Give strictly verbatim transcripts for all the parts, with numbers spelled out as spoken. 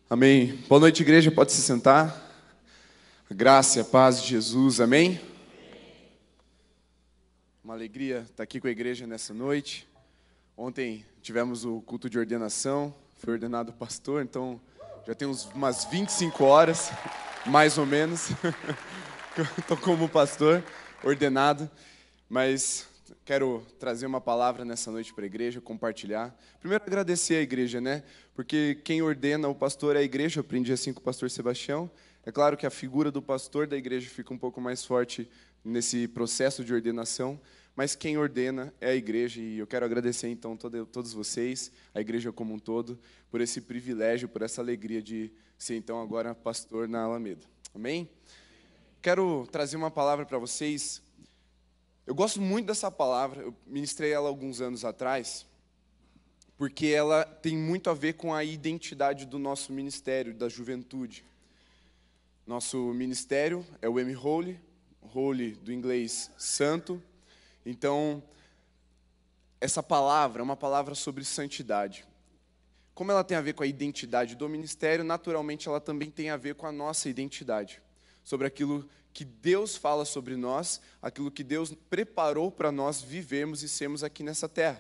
Amém. Boa noite, igreja. Pode se sentar. A graça e a paz de Jesus. Amém. Uma alegria estar aqui com a igreja nessa noite. Ontem tivemos o culto de ordenação. Fui ordenado pastor, então já tem uns, umas vinte e cinco horas, mais ou menos. Estou como pastor, ordenado. Mas quero trazer uma palavra nessa noite para a igreja, compartilhar. Primeiro, agradecer a igreja, né? Porque quem ordena o pastor é a igreja. Eu aprendi assim com o pastor Sebastião. É claro que a figura do pastor da igreja fica um pouco mais forte nesse processo de ordenação, mas quem ordena é a igreja. E eu quero agradecer, então, todo, todos vocês, a igreja como um todo, por esse privilégio, por essa alegria de ser, então, agora pastor na Alameda. Amém? Quero trazer uma palavra para vocês. Eu gosto muito dessa palavra, eu ministrei ela alguns anos atrás, porque ela tem muito a ver com a identidade do nosso ministério, da juventude. Nosso ministério é o M-Holy, Holy do inglês santo. Então, essa palavra é uma palavra sobre santidade. Como ela tem a ver com a identidade do ministério, naturalmente ela também tem a ver com a nossa identidade, sobre aquilo que Deus fala sobre nós, aquilo que Deus preparou para nós vivermos e sermos aqui nessa terra.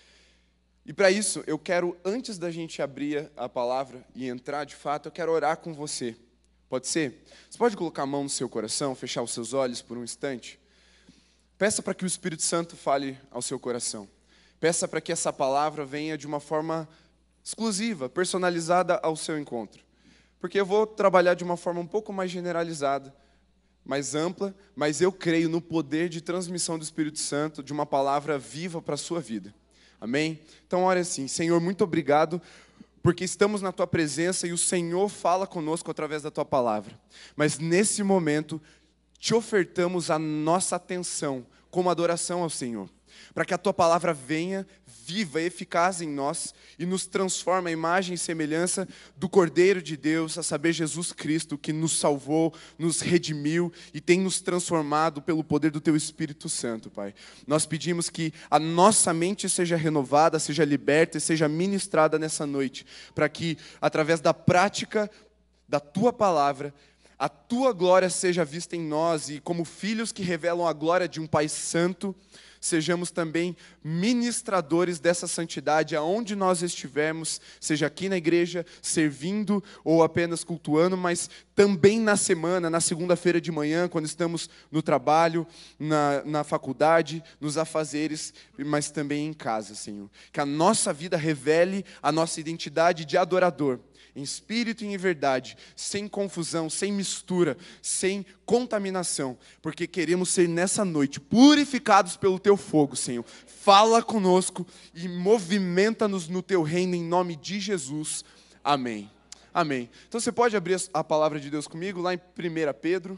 E para isso, eu quero, antes da gente abrir a palavra e entrar de fato, eu quero orar com você. Pode ser? Você pode colocar a mão no seu coração, fechar os seus olhos por um instante? Peça para que o Espírito Santo fale ao seu coração. Peça para que essa palavra venha de uma forma exclusiva, personalizada ao seu encontro. Porque eu vou trabalhar de uma forma um pouco mais generalizada, mais ampla, mas eu creio no poder de transmissão do Espírito Santo, de uma palavra viva para a sua vida. Amém? Então, ore assim: Senhor, muito obrigado, porque estamos na Tua presença e o Senhor fala conosco através da Tua palavra. Mas nesse momento, te ofertamos a nossa atenção como adoração ao Senhor, para que a Tua palavra venha viva, eficaz em nós e nos transforme a imagem e semelhança do Cordeiro de Deus, a saber, Jesus Cristo, que nos salvou, nos redimiu e tem nos transformado pelo poder do Teu Espírito Santo, Pai. Nós pedimos que a nossa mente seja renovada, seja liberta e seja ministrada nessa noite, para que, através da prática da Tua palavra, a Tua glória seja vista em nós e, como filhos que revelam a glória de um Pai Santo, sejamos também ministradores dessa santidade aonde nós estivermos, seja aqui na igreja, servindo ou apenas cultuando, mas também na semana, na segunda-feira de manhã, quando estamos no trabalho, na, na faculdade, nos afazeres, mas também em casa, Senhor. Que a nossa vida revele a nossa identidade de adorador, em espírito e em verdade, sem confusão, sem mistura, sem contaminação, porque queremos ser nessa noite purificados pelo Teu fogo, Senhor. Fala conosco e movimenta-nos no Teu reino em nome de Jesus. Amém. Amém. Então você pode abrir a palavra de Deus comigo lá em primeira Pedro.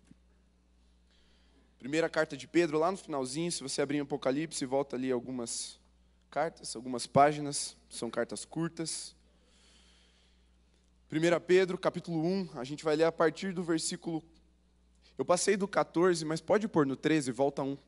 Primeira carta de Pedro, lá no finalzinho, se você abrir em Apocalipse, volta ali algumas cartas, algumas páginas, são cartas curtas. primeira Pedro, capítulo um, a gente vai ler a partir do versículo... Eu passei do catorze, mas pode pôr no treze, volta um.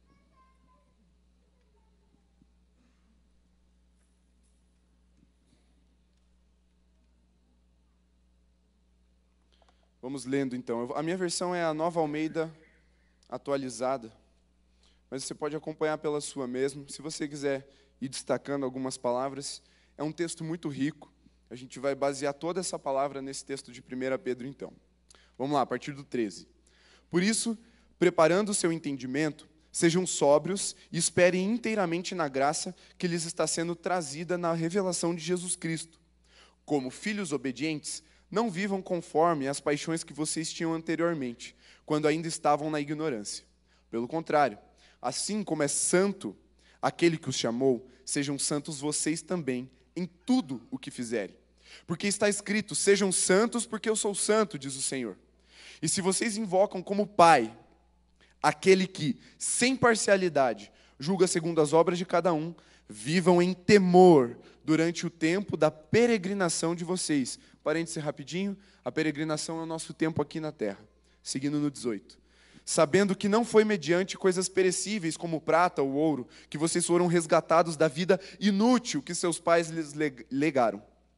Vamos lendo então. A minha versão é a Nova Almeida atualizada, mas você pode acompanhar pela sua mesmo. Se você quiser ir destacando algumas palavras, é um texto muito rico. A gente vai basear toda essa palavra nesse texto de primeira Pedro, então. Vamos lá, a partir do treze. Por isso, preparando o seu entendimento, sejam sóbrios e esperem inteiramente na graça que lhes está sendo trazida na revelação de Jesus Cristo. Como filhos obedientes, não vivam conforme as paixões que vocês tinham anteriormente, quando ainda estavam na ignorância. Pelo contrário, assim como é santo aquele que os chamou, sejam santos vocês também, em tudo o que fizerem. Porque está escrito: sejam santos porque eu sou santo, diz o Senhor. E se vocês invocam como Pai aquele que, sem parcialidade, julga segundo as obras de cada um, vivam em temor durante o tempo da peregrinação de vocês. Parêntese rapidinho, a peregrinação é o nosso tempo aqui na terra. Seguindo no dezoito. Sabendo que não foi mediante coisas perecíveis como prata ou ouro que vocês foram resgatados da vida inútil que seus pais lhes legaram,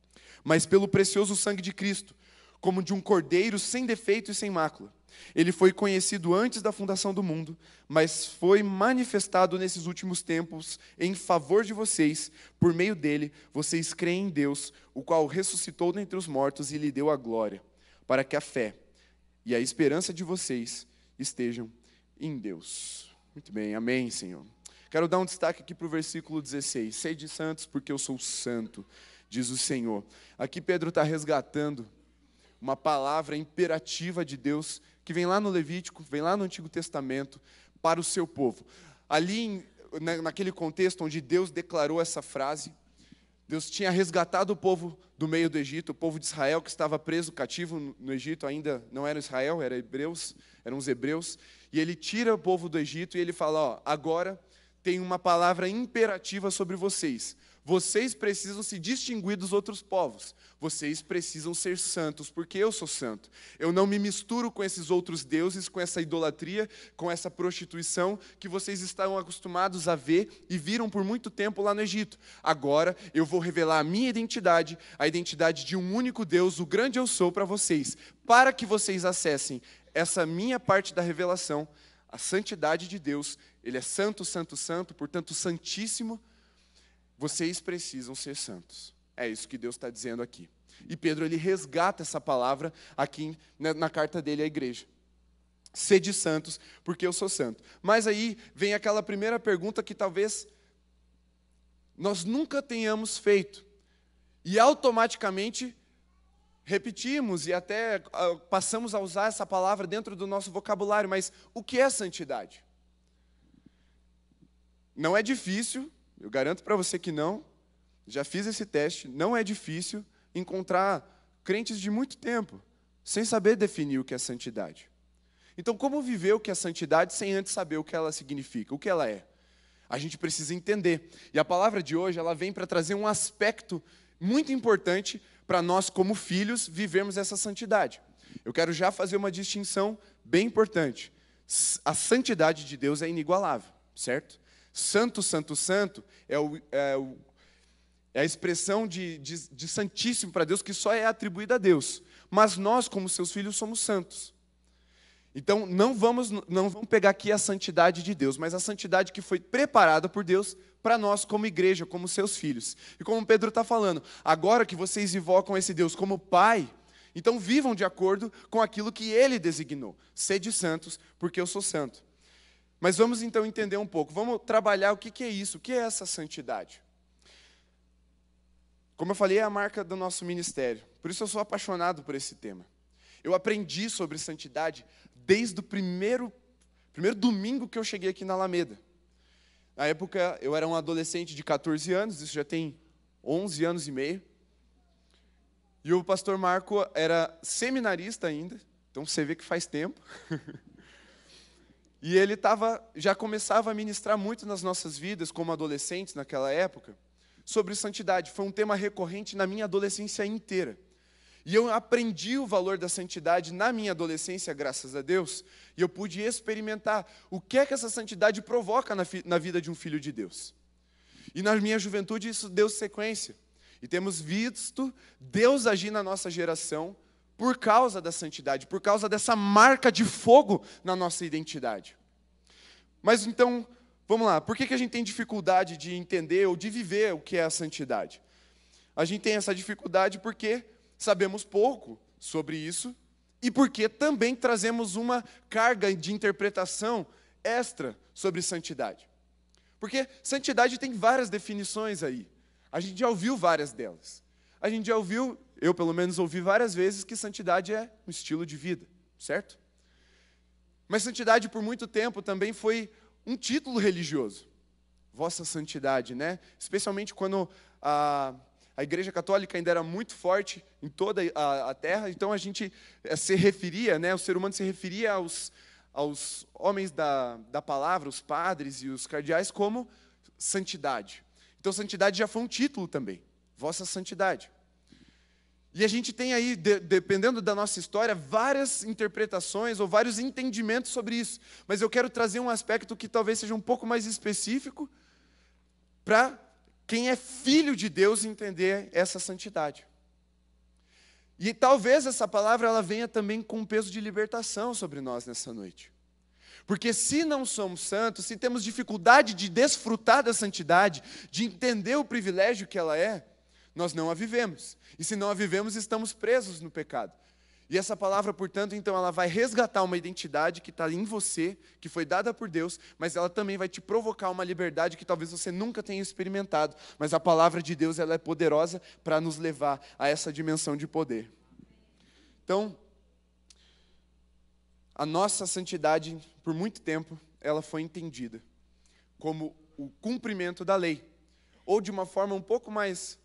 mas pelo precioso sangue de Cristo, como de um cordeiro sem defeito e sem mácula. Ele foi conhecido antes da fundação do mundo, mas foi manifestado nesses últimos tempos em favor de vocês. Por meio dele, vocês creem em Deus, o qual ressuscitou dentre os mortos e lhe deu a glória, para que a fé e a esperança de vocês estejam em Deus. Muito bem, amém, Senhor. Quero dar um destaque aqui para o versículo dezesseis. Sede santos, porque eu sou santo, diz o Senhor. Aqui Pedro está resgatando uma palavra imperativa de Deus, que vem lá no Levítico, vem lá no Antigo Testamento, para o seu povo. Ali, naquele contexto onde Deus declarou essa frase, Deus tinha resgatado o povo do meio do Egito, o povo de Israel que estava preso, cativo no Egito, ainda não era Israel, era hebreus, eram os hebreus, e ele tira o povo do Egito e ele fala, ó, agora tem uma palavra imperativa sobre vocês. Vocês precisam se distinguir dos outros povos. Vocês precisam ser santos, porque eu sou santo. Eu não me misturo com esses outros deuses, com essa idolatria, com essa prostituição que vocês estão acostumados a ver e viram por muito tempo lá no Egito. Agora eu vou revelar a minha identidade, a identidade de um único Deus, o grande eu sou, para vocês, para que vocês acessem essa minha parte da revelação, a santidade de Deus. Ele é santo, santo, santo, portanto santíssimo. Vocês precisam ser santos. É isso que Deus está dizendo aqui. E Pedro, ele resgata essa palavra aqui na, na carta dele à igreja. Sede santos, porque eu sou santo. Mas aí vem aquela primeira pergunta que talvez nós nunca tenhamos feito. E automaticamente repetimos e até uh, passamos a usar essa palavra dentro do nosso vocabulário. Mas o que é santidade? Não é difícil. Eu garanto para você que não, já fiz esse teste, não é difícil encontrar crentes de muito tempo, sem saber definir o que é santidade. Então, como viver o que é santidade sem antes saber o que ela significa, o que ela é? A gente precisa entender. E a palavra de hoje, ela vem para trazer um aspecto muito importante para nós, como filhos, vivermos essa santidade. Eu quero já fazer uma distinção bem importante. A santidade de Deus é inigualável, certo? Santo, santo, santo é, o, é, o, é a expressão de, de, de santíssimo para Deus que só é atribuída a Deus. Mas nós, como seus filhos, somos santos. Então, não vamos, não vamos pegar aqui a santidade de Deus, mas a santidade que foi preparada por Deus para nós como igreja, como seus filhos. E como Pedro está falando, agora que vocês invocam esse Deus como Pai, então vivam de acordo com aquilo que Ele designou. Sede santos, porque eu sou santo. Mas vamos então entender um pouco, vamos trabalhar o que, que é isso, o que é essa santidade. Como eu falei, é a marca do nosso ministério, por isso eu sou apaixonado por esse tema. Eu aprendi sobre santidade desde o primeiro, primeiro domingo que eu cheguei aqui na Alameda. Na época eu era um adolescente de catorze anos, isso já tem onze anos e meio. E o pastor Marco era seminarista ainda, então você vê que faz tempo. E ele tava, já começava a ministrar muito nas nossas vidas, como adolescentes naquela época, sobre santidade. Foi um tema recorrente na minha adolescência inteira. E eu aprendi o valor da santidade na minha adolescência, graças a Deus, e eu pude experimentar o que é que essa santidade provoca na, na vida de um filho de Deus. E na minha juventude isso deu sequência. E temos visto Deus agir na nossa geração por causa da santidade, por causa dessa marca de fogo na nossa identidade. Mas então, vamos lá, por que que a gente tem dificuldade de entender ou de viver o que é a santidade? A gente tem essa dificuldade porque sabemos pouco sobre isso e porque também trazemos uma carga de interpretação extra sobre santidade. Porque santidade tem várias definições aí. A gente já ouviu várias delas. A gente já ouviu, eu pelo menos ouvi várias vezes, que santidade é um estilo de vida, certo? Mas santidade por muito tempo também foi um título religioso. Vossa santidade, né? Especialmente quando a, a Igreja Católica ainda era muito forte em toda a, a terra, então a gente se referia, né? O ser humano se referia aos, aos homens da, da palavra, os padres e os cardeais, como santidade. Então santidade já foi um título também. Vossa santidade. E a gente tem aí, de, dependendo da nossa história, várias interpretações ou vários entendimentos sobre isso. Mas eu quero trazer um aspecto que talvez seja um pouco mais específico para quem é filho de Deus entender essa santidade. E talvez essa palavra ela venha também com um peso de libertação sobre nós nessa noite. Porque se não somos santos, se temos dificuldade de desfrutar da santidade, de entender o privilégio que ela é, nós não a vivemos. E se não a vivemos, estamos presos no pecado. E essa palavra, portanto, então, ela vai resgatar uma identidade que está em você, que foi dada por Deus, mas ela também vai te provocar uma liberdade que talvez você nunca tenha experimentado. Mas a palavra de Deus, ela é poderosa para nos levar a essa dimensão de poder. Então, a nossa santidade, por muito tempo, ela foi entendida como o cumprimento da lei. Ou de uma forma um pouco mais,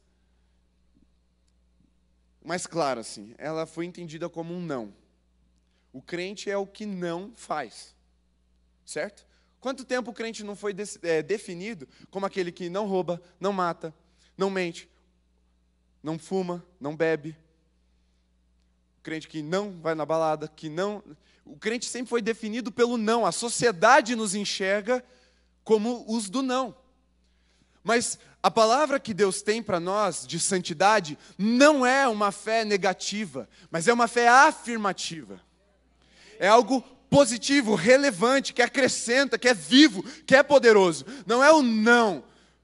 mais clara, assim. Ela foi entendida como um não. O crente é o que não faz. Certo? Quanto tempo o crente não foi de, é, definido como aquele que não rouba, não mata, não mente, não fuma, não bebe. O crente que não vai na balada, que não... O crente sempre foi definido pelo não. A sociedade nos enxerga como os do não. Mas a palavra que Deus tem para nós, de santidade, não é uma fé negativa, mas é uma fé afirmativa. É algo positivo, relevante, que acrescenta, que é vivo, que é poderoso. Não é o não.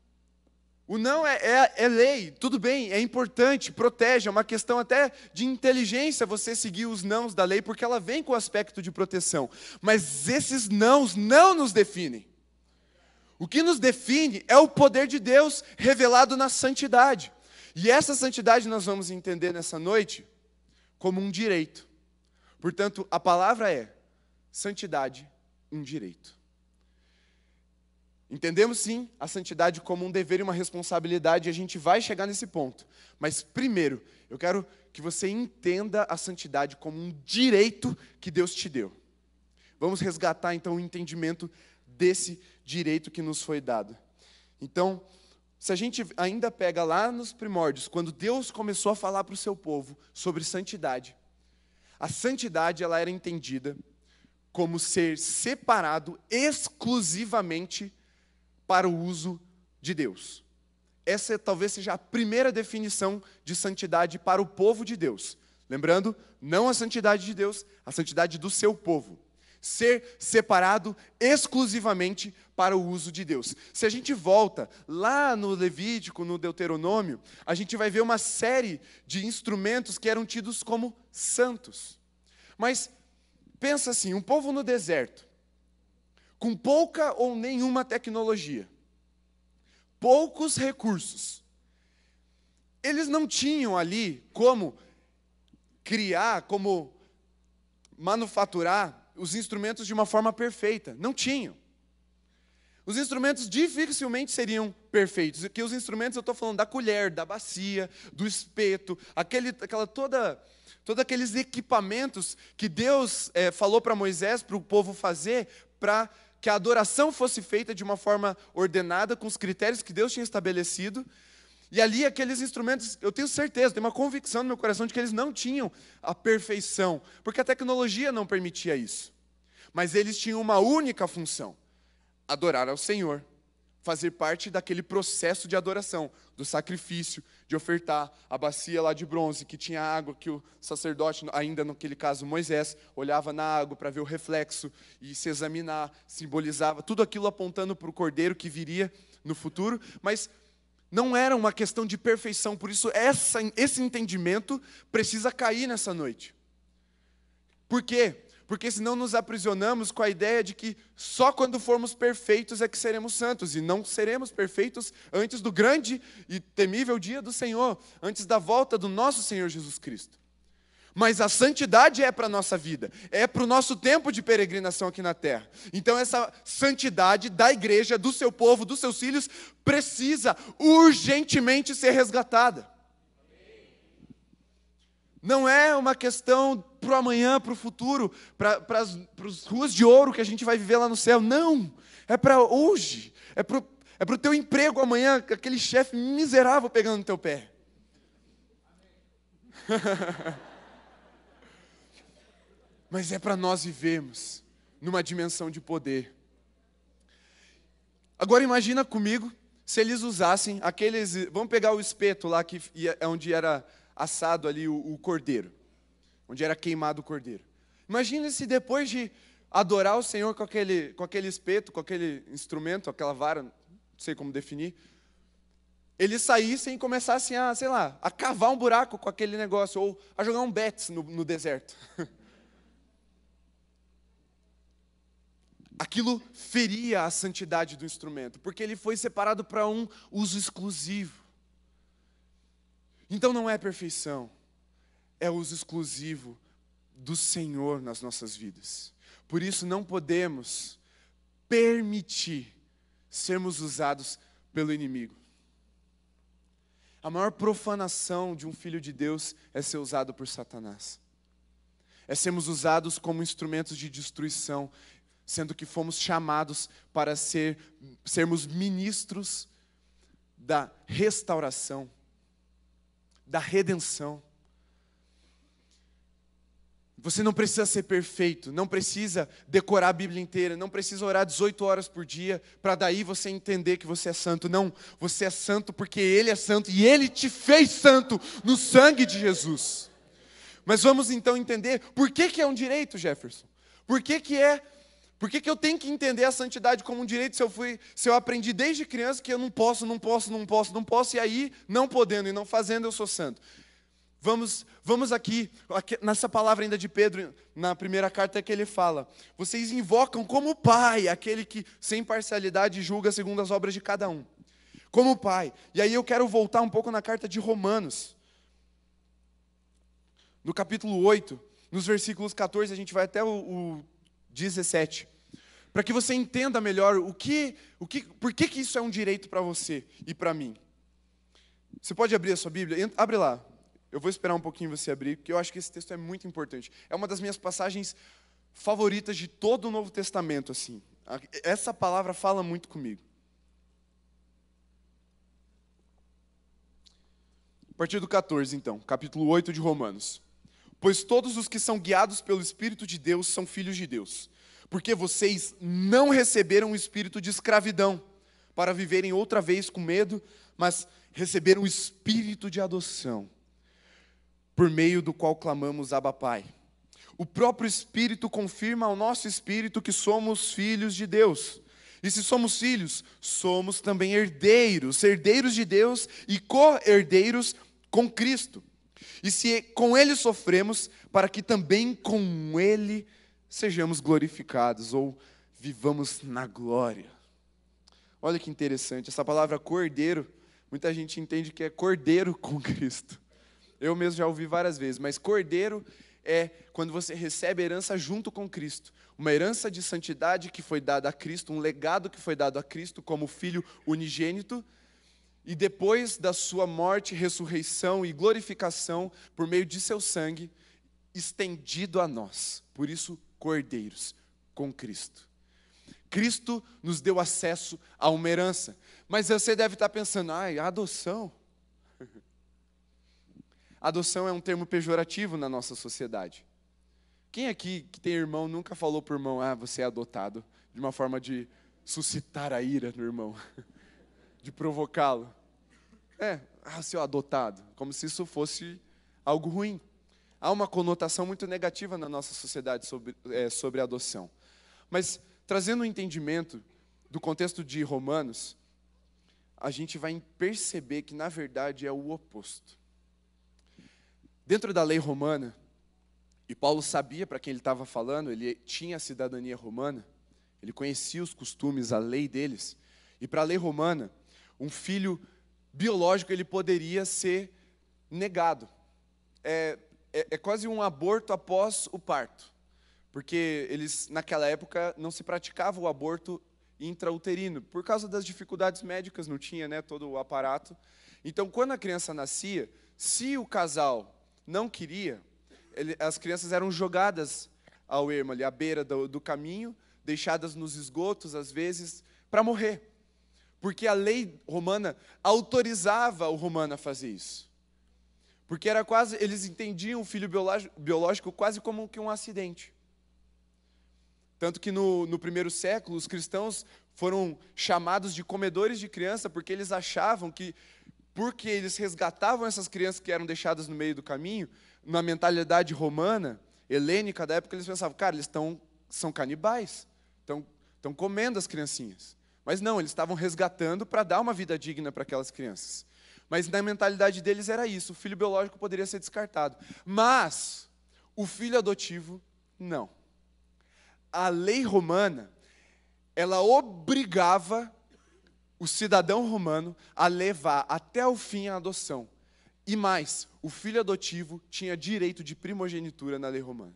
O não é, é, é lei, tudo bem, é importante, protege, é uma questão até de inteligência você seguir os nãos da lei, porque ela vem com o aspecto de proteção. Mas esses nãos não nos definem. O que nos define é o poder de Deus revelado na santidade. E essa santidade nós vamos entender nessa noite como um direito. Portanto, a palavra é santidade, um direito. Entendemos sim a santidade como um dever e uma responsabilidade, e a gente vai chegar nesse ponto. Mas primeiro, eu quero que você entenda a santidade como um direito que Deus te deu. Vamos resgatar então o entendimento desse direito que nos foi dado. Então, se a gente ainda pega lá nos primórdios, quando Deus começou a falar para o seu povo sobre santidade, a santidade ela era entendida como ser separado exclusivamente para o uso de Deus. Essa talvez seja a primeira definição de santidade para o povo de Deus. Lembrando, não a santidade de Deus, a santidade do seu povo. Ser separado exclusivamente para o uso de Deus. Se a gente volta lá no Levítico, no Deuteronômio, a gente vai ver uma série de instrumentos que eram tidos como santos. Mas pensa assim, um povo no deserto, com pouca ou nenhuma tecnologia, poucos recursos. Eles não tinham ali como criar, como manufaturar os instrumentos de uma forma perfeita. Não tinham. Os instrumentos dificilmente seriam perfeitos. Aqui os instrumentos eu estou falando da colher, da bacia, do espeto, aquele, aquela toda... Todos aqueles equipamentos que Deus é, falou para Moisés, para o povo fazer, para que a adoração fosse feita de uma forma ordenada, com os critérios que Deus tinha estabelecido. E ali aqueles instrumentos, eu tenho certeza, tenho uma convicção no meu coração de que eles não tinham a perfeição, porque a tecnologia não permitia isso. Mas eles tinham uma única função: adorar ao Senhor, fazer parte daquele processo de adoração, do sacrifício, de ofertar a bacia lá de bronze, que tinha água, que o sacerdote, ainda naquele caso Moisés, olhava na água para ver o reflexo e se examinar, simbolizava, tudo aquilo apontando para o cordeiro que viria no futuro, mas não era uma questão de perfeição, por isso essa, esse entendimento precisa cair nessa noite. Por quê? Porque senão nos aprisionamos com a ideia de que só quando formos perfeitos é que seremos santos, e não seremos perfeitos antes do grande e temível dia do Senhor, antes da volta do nosso Senhor Jesus Cristo. Mas a santidade é para a nossa vida, é para o nosso tempo de peregrinação aqui na terra. Então essa santidade da igreja, do seu povo, dos seus filhos, precisa urgentemente ser resgatada. Não é uma questão para o amanhã, para o futuro, para as ruas de ouro que a gente vai viver lá no céu. Não, é para hoje, é para o é o teu emprego amanhã, aquele chefe miserável pegando no teu pé. Mas é para nós vivermos numa dimensão de poder. Agora imagina comigo, se eles usassem aqueles... Vamos pegar o espeto lá, que é onde era assado ali o, o cordeiro, onde era queimado o cordeiro. Imagine se depois de adorar o Senhor com aquele, com aquele espeto, com aquele instrumento, aquela vara, não sei como definir, eles saíssem e começassem a, sei lá, a cavar um buraco com aquele negócio, ou a jogar um bets no, no deserto. Aquilo feria a santidade do instrumento, porque ele foi separado para um uso exclusivo. Então não é perfeição, é uso exclusivo do Senhor nas nossas vidas. Por isso não podemos permitir sermos usados pelo inimigo. A maior profanação de um filho de Deus é ser usado por Satanás. É sermos usados como instrumentos de destruição, sendo que fomos chamados para ser, sermos ministros da restauração, da redenção. Você não precisa ser perfeito, não precisa decorar a Bíblia inteira, não precisa orar dezoito horas por dia, para daí você entender que você é santo. Não, você é santo porque Ele é santo, e Ele te fez santo no sangue de Jesus. Mas vamos então entender, por que que é um direito, Jefferson? Por que que é... Por que que eu tenho que entender a santidade como um direito se eu, fui, se eu aprendi desde criança que eu não posso, não posso, não posso, não posso, e aí, não podendo e não fazendo, eu sou santo? Vamos, vamos aqui, aqui, nessa palavra ainda de Pedro, na primeira carta que ele fala, vocês invocam como Pai, aquele que sem parcialidade julga segundo as obras de cada um. Como Pai. E aí eu quero voltar um pouco na carta de Romanos. No capítulo oito, nos versículos catorze, a gente vai até o, o dezessete. Para que você entenda melhor o que, o que, por que que isso é um direito para você e para mim. Você pode abrir a sua Bíblia? Abre lá. Eu vou esperar um pouquinho você abrir, porque eu acho que esse texto é muito importante. É uma das minhas passagens favoritas de todo o Novo Testamento, assim. Essa palavra fala muito comigo. A partir do catorze, então, capítulo oito de Romanos. Pois todos os que são guiados pelo Espírito de Deus são filhos de Deus. Porque vocês não receberam o espírito de escravidão, para viverem outra vez com medo, mas receberam o espírito de adoção, por meio do qual clamamos Abba Pai. O próprio Espírito confirma ao nosso espírito que somos filhos de Deus. E se somos filhos, somos também herdeiros, herdeiros de Deus e co-herdeiros com Cristo. E se com Ele sofremos, para que também com Ele sejamos glorificados, ou vivamos na glória. Olha que interessante, essa palavra cordeiro, muita gente entende que é cordeiro com Cristo. Eu mesmo já ouvi várias vezes, mas cordeiro é quando você recebe a herança junto com Cristo. Uma herança de santidade que foi dada a Cristo, um legado que foi dado a Cristo como Filho unigênito, e depois da sua morte, ressurreição e glorificação, por meio de seu sangue, estendido a nós. Por isso, cordeiros com Cristo. Cristo nos deu acesso a uma herança. Mas você deve estar pensando, ai, a adoção. Adoção é um termo pejorativo na nossa sociedade. Quem aqui que tem irmão nunca falou para o irmão, ah, você é adotado, de uma forma de suscitar a ira no irmão, de provocá-lo? É, ah, seu adotado, como se isso fosse algo ruim. Há uma conotação muito negativa na nossa sociedade sobre, é, sobre a adoção. Mas, trazendo um entendimento do contexto de Romanos, a gente vai perceber que, na verdade, é o oposto. Dentro da lei romana, e Paulo sabia para quem ele estava falando, ele tinha a cidadania romana, ele conhecia os costumes, a lei deles, e para a lei romana, um filho biológico ele poderia ser negado. É, é, é quase um aborto após o parto, porque eles, naquela época, não se praticava o aborto intrauterino, por causa das dificuldades médicas, não tinha, né, todo o aparato. Então, quando a criança nascia, se o casal não queria, ele, as crianças eram jogadas ao ermo, ali, à beira do, do caminho, deixadas nos esgotos, às vezes, para morrer. Porque a lei romana autorizava o romano a fazer isso. Porque era quase, eles entendiam o filho biológico, biológico quase como que um acidente. Tanto que no, no primeiro século, os cristãos foram chamados de comedores de criança, porque eles achavam que porque eles resgatavam essas crianças que eram deixadas no meio do caminho, na mentalidade romana, helênica da época, eles pensavam, cara, eles estão, são canibais, estão, estão comendo as criancinhas. Mas não, eles estavam resgatando para dar uma vida digna para aquelas crianças. Mas na mentalidade deles era isso, o filho biológico poderia ser descartado. Mas o filho adotivo, não. A lei romana, ela obrigava o cidadão romano a levar até o fim a adoção. E mais, o filho adotivo tinha direito de primogenitura na lei romana.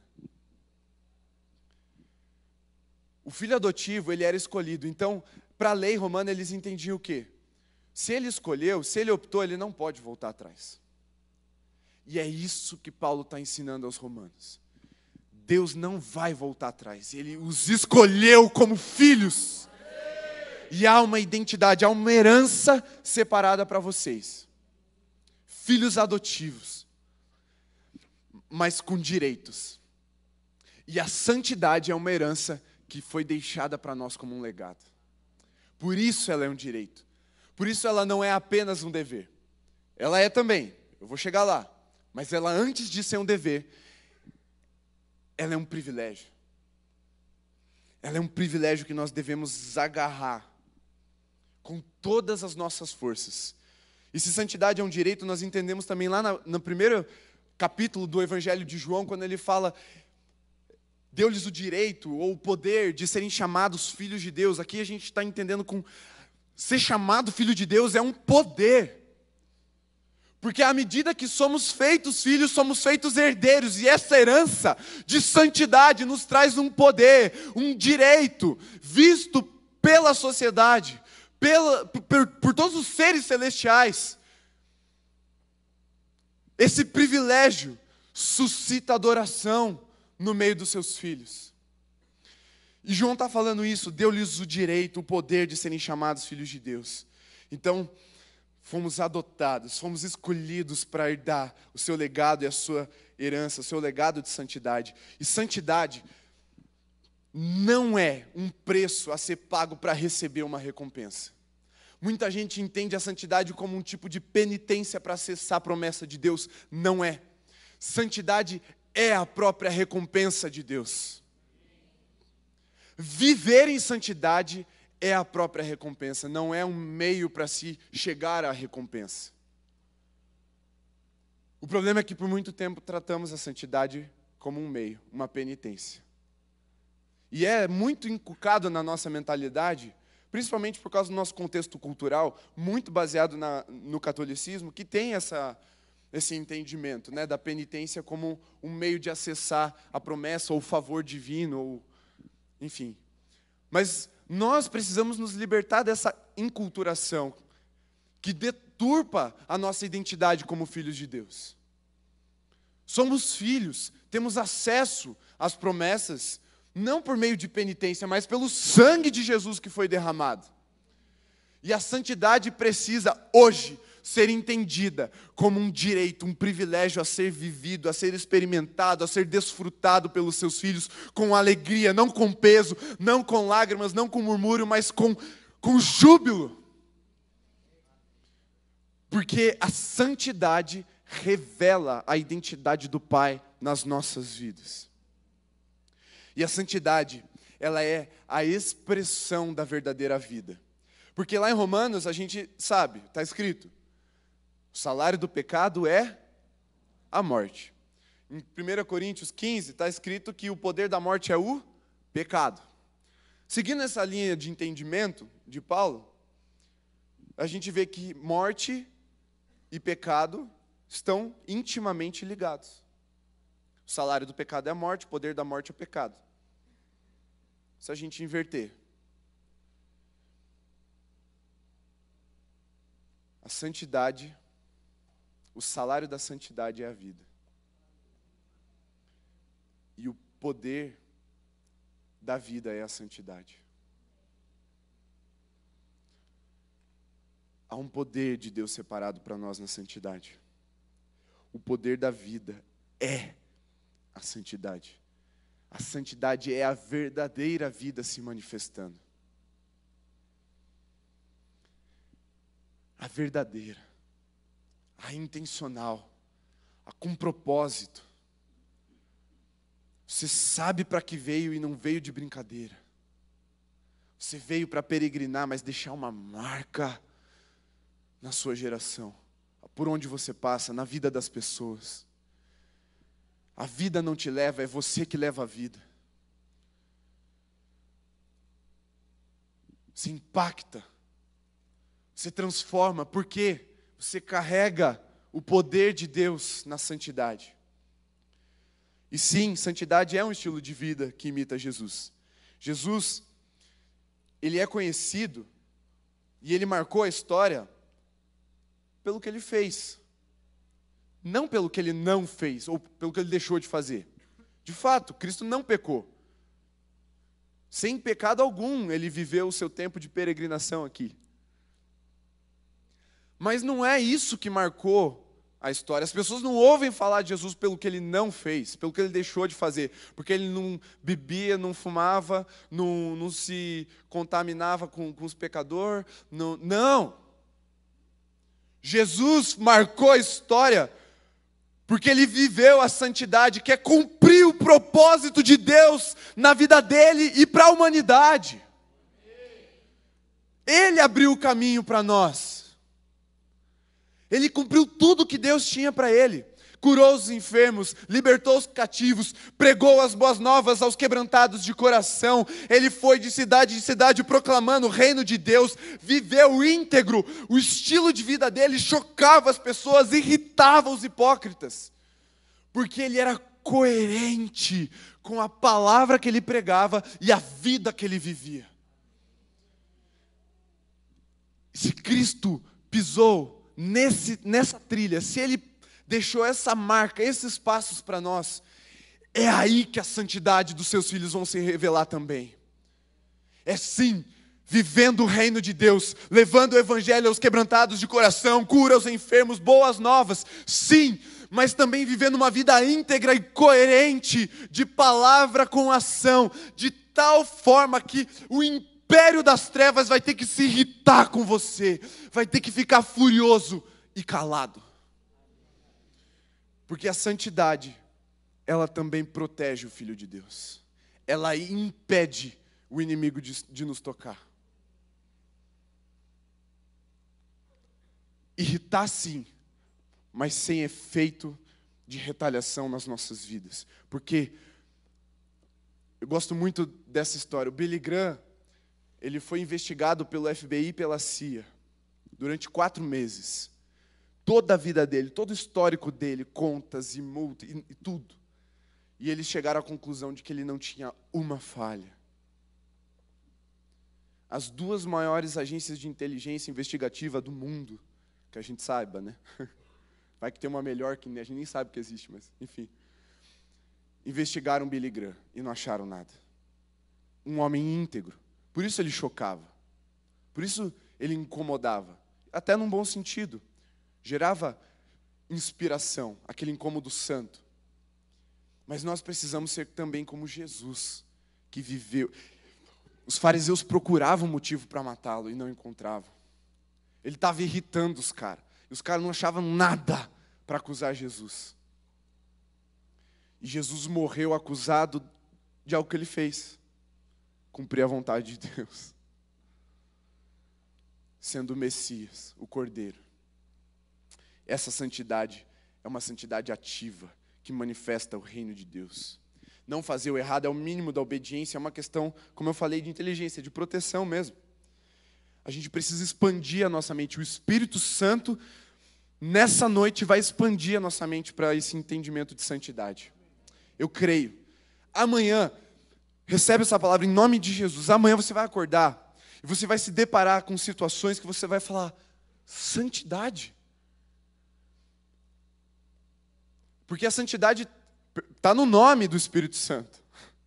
O filho adotivo, ele era escolhido. Então, para a lei romana, eles entendiam o quê? Se ele escolheu, se ele optou, ele não pode voltar atrás. E é isso que Paulo está ensinando aos romanos. Deus não vai voltar atrás. Ele os escolheu como filhos. E há uma identidade, há uma herança separada para vocês. Filhos adotivos, mas com direitos. E a santidade é uma herança que foi deixada para nós como um legado. Por isso ela é um direito. Por isso ela não é apenas um dever. Ela é também, eu vou chegar lá. Mas ela, antes de ser um dever, ela é um privilégio. Ela é um privilégio que nós devemos agarrar com todas as nossas forças. E se santidade é um direito, nós entendemos também lá na, no primeiro capítulo do Evangelho de João, quando ele fala, deu-lhes o direito ou o poder de serem chamados filhos de Deus. Aqui a gente está entendendo com ser chamado filho de Deus é um poder. Porque à medida que somos feitos filhos, somos feitos herdeiros. E essa herança de santidade nos traz um poder, um direito, visto pela sociedade, pela, por, por todos os seres celestiais. Esse privilégio suscita adoração no meio dos seus filhos. E João está falando isso, deu-lhes o direito, o poder de serem chamados filhos de Deus. Então, fomos adotados, fomos escolhidos para herdar o seu legado e a sua herança, o seu legado de santidade. E santidade não é um preço a ser pago para receber uma recompensa. Muita gente entende a santidade como um tipo de penitência para acessar a promessa de Deus. Não é. Santidade é a própria recompensa de Deus. Viver em santidade é a própria recompensa, não é um meio para se chegar à recompensa. O problema é que por muito tempo tratamos a santidade como um meio, uma penitência. E é muito inculcado na nossa mentalidade, principalmente por causa do nosso contexto cultural, muito baseado na, no catolicismo, que tem essa, esse entendimento, né, da penitência como um meio de acessar a promessa ou o favor divino, ou, enfim. Mas nós precisamos nos libertar dessa enculturação que deturpa a nossa identidade como filhos de Deus. Somos filhos, temos acesso às promessas, não por meio de penitência, mas pelo sangue de Jesus que foi derramado. E a santidade precisa, hoje, ser entendida como um direito, um privilégio a ser vivido, a ser experimentado, a ser desfrutado pelos seus filhos com alegria, não com peso, não com lágrimas, não com murmúrio, mas com, com júbilo. Porque a santidade revela a identidade do Pai nas nossas vidas. E a santidade, ela é a expressão da verdadeira vida. Porque lá em Romanos a gente sabe, está escrito, o salário do pecado é a morte. Em primeira Coríntios quinze está escrito que o poder da morte é o pecado. Seguindo essa linha de entendimento de Paulo, a gente vê que morte e pecado estão intimamente ligados. O salário do pecado é a morte, o poder da morte é o pecado. Se a gente inverter, a santidade, o salário da santidade é a vida. E o poder da vida é a santidade. Há um poder de Deus separado para nós na santidade. O poder da vida é a santidade. A santidade é a verdadeira vida se manifestando. A verdadeira. a intencional, a com propósito. Você sabe para que veio e não veio de brincadeira. Você veio para peregrinar, mas deixar uma marca na sua geração, por onde você passa, na vida das pessoas. A vida não te leva, é você que leva a vida. Você impacta, você transforma, porque você carrega o poder de Deus na santidade. E sim, santidade é um estilo de vida que imita Jesus. Jesus, ele é conhecido e ele marcou a história pelo que ele fez, não pelo que ele não fez, ou pelo que ele deixou de fazer. De fato, Cristo não pecou. Sem pecado algum, ele viveu o seu tempo de peregrinação aqui. Mas não é isso que marcou a história. As pessoas não ouvem falar de Jesus pelo que ele não fez, pelo que ele deixou de fazer, porque ele não bebia, não fumava, não, não se contaminava com, com os pecadores. Não, não! Jesus marcou a história porque ele viveu a santidade, que é cumprir o propósito de Deus na vida dele e para a humanidade. Ele abriu o caminho para nós. Ele cumpriu tudo que Deus tinha para ele. Curou os enfermos, libertou os cativos, pregou as boas novas aos quebrantados de coração. Ele foi de cidade em cidade proclamando o reino de Deus, viveu íntegro. O estilo de vida dele chocava as pessoas, irritava os hipócritas, porque ele era coerente com a palavra que ele pregava e a vida que ele vivia. Se Cristo pisou nesse, nessa trilha, se ele deixou essa marca, esses passos para nós, é aí que a santidade dos seus filhos vão se revelar também. É sim, vivendo o reino de Deus, levando o evangelho aos quebrantados de coração, cura aos enfermos, boas novas, sim, mas também vivendo uma vida íntegra e coerente, de palavra com ação, de tal forma que o império das trevas vai ter que se irritar com você, vai ter que ficar furioso e calado. Porque a santidade, ela também protege o Filho de Deus. Ela impede o inimigo de, de nos tocar. Irritar sim, mas sem efeito de retaliação nas nossas vidas. Porque eu gosto muito dessa história. O Billy Graham, ele foi investigado pelo F B I e pela C I A durante quatro meses. Toda a vida dele, todo o histórico dele, contas e multas e, e tudo. E eles chegaram à conclusão de que ele não tinha uma falha. As duas maiores agências de inteligência investigativa do mundo, que a gente saiba, né? Vai que tem uma melhor que a gente nem sabe que existe, mas enfim. Investigaram Billy Graham e não acharam nada. Um homem íntegro. Por isso ele chocava. Por isso ele incomodava. Até num bom sentido. Gerava inspiração, aquele incômodo santo. Mas nós precisamos ser também como Jesus, que viveu. Os fariseus procuravam motivo para matá-lo e não encontravam. Ele estava irritando os caras. E os caras não achavam nada para acusar Jesus. E Jesus morreu acusado de algo que ele fez. Cumprir a vontade de Deus. Sendo o Messias, o Cordeiro. Essa santidade é uma santidade ativa, que manifesta o reino de Deus. Não fazer o errado é o mínimo da obediência, é uma questão, como eu falei, de inteligência, de proteção mesmo. A gente precisa expandir a nossa mente. O Espírito Santo, nessa noite, vai expandir a nossa mente para esse entendimento de santidade. Eu creio. Amanhã, recebe essa palavra em nome de Jesus. Amanhã você vai acordar e você vai se deparar com situações que você vai falar, santidade. Porque a santidade está no nome do Espírito Santo.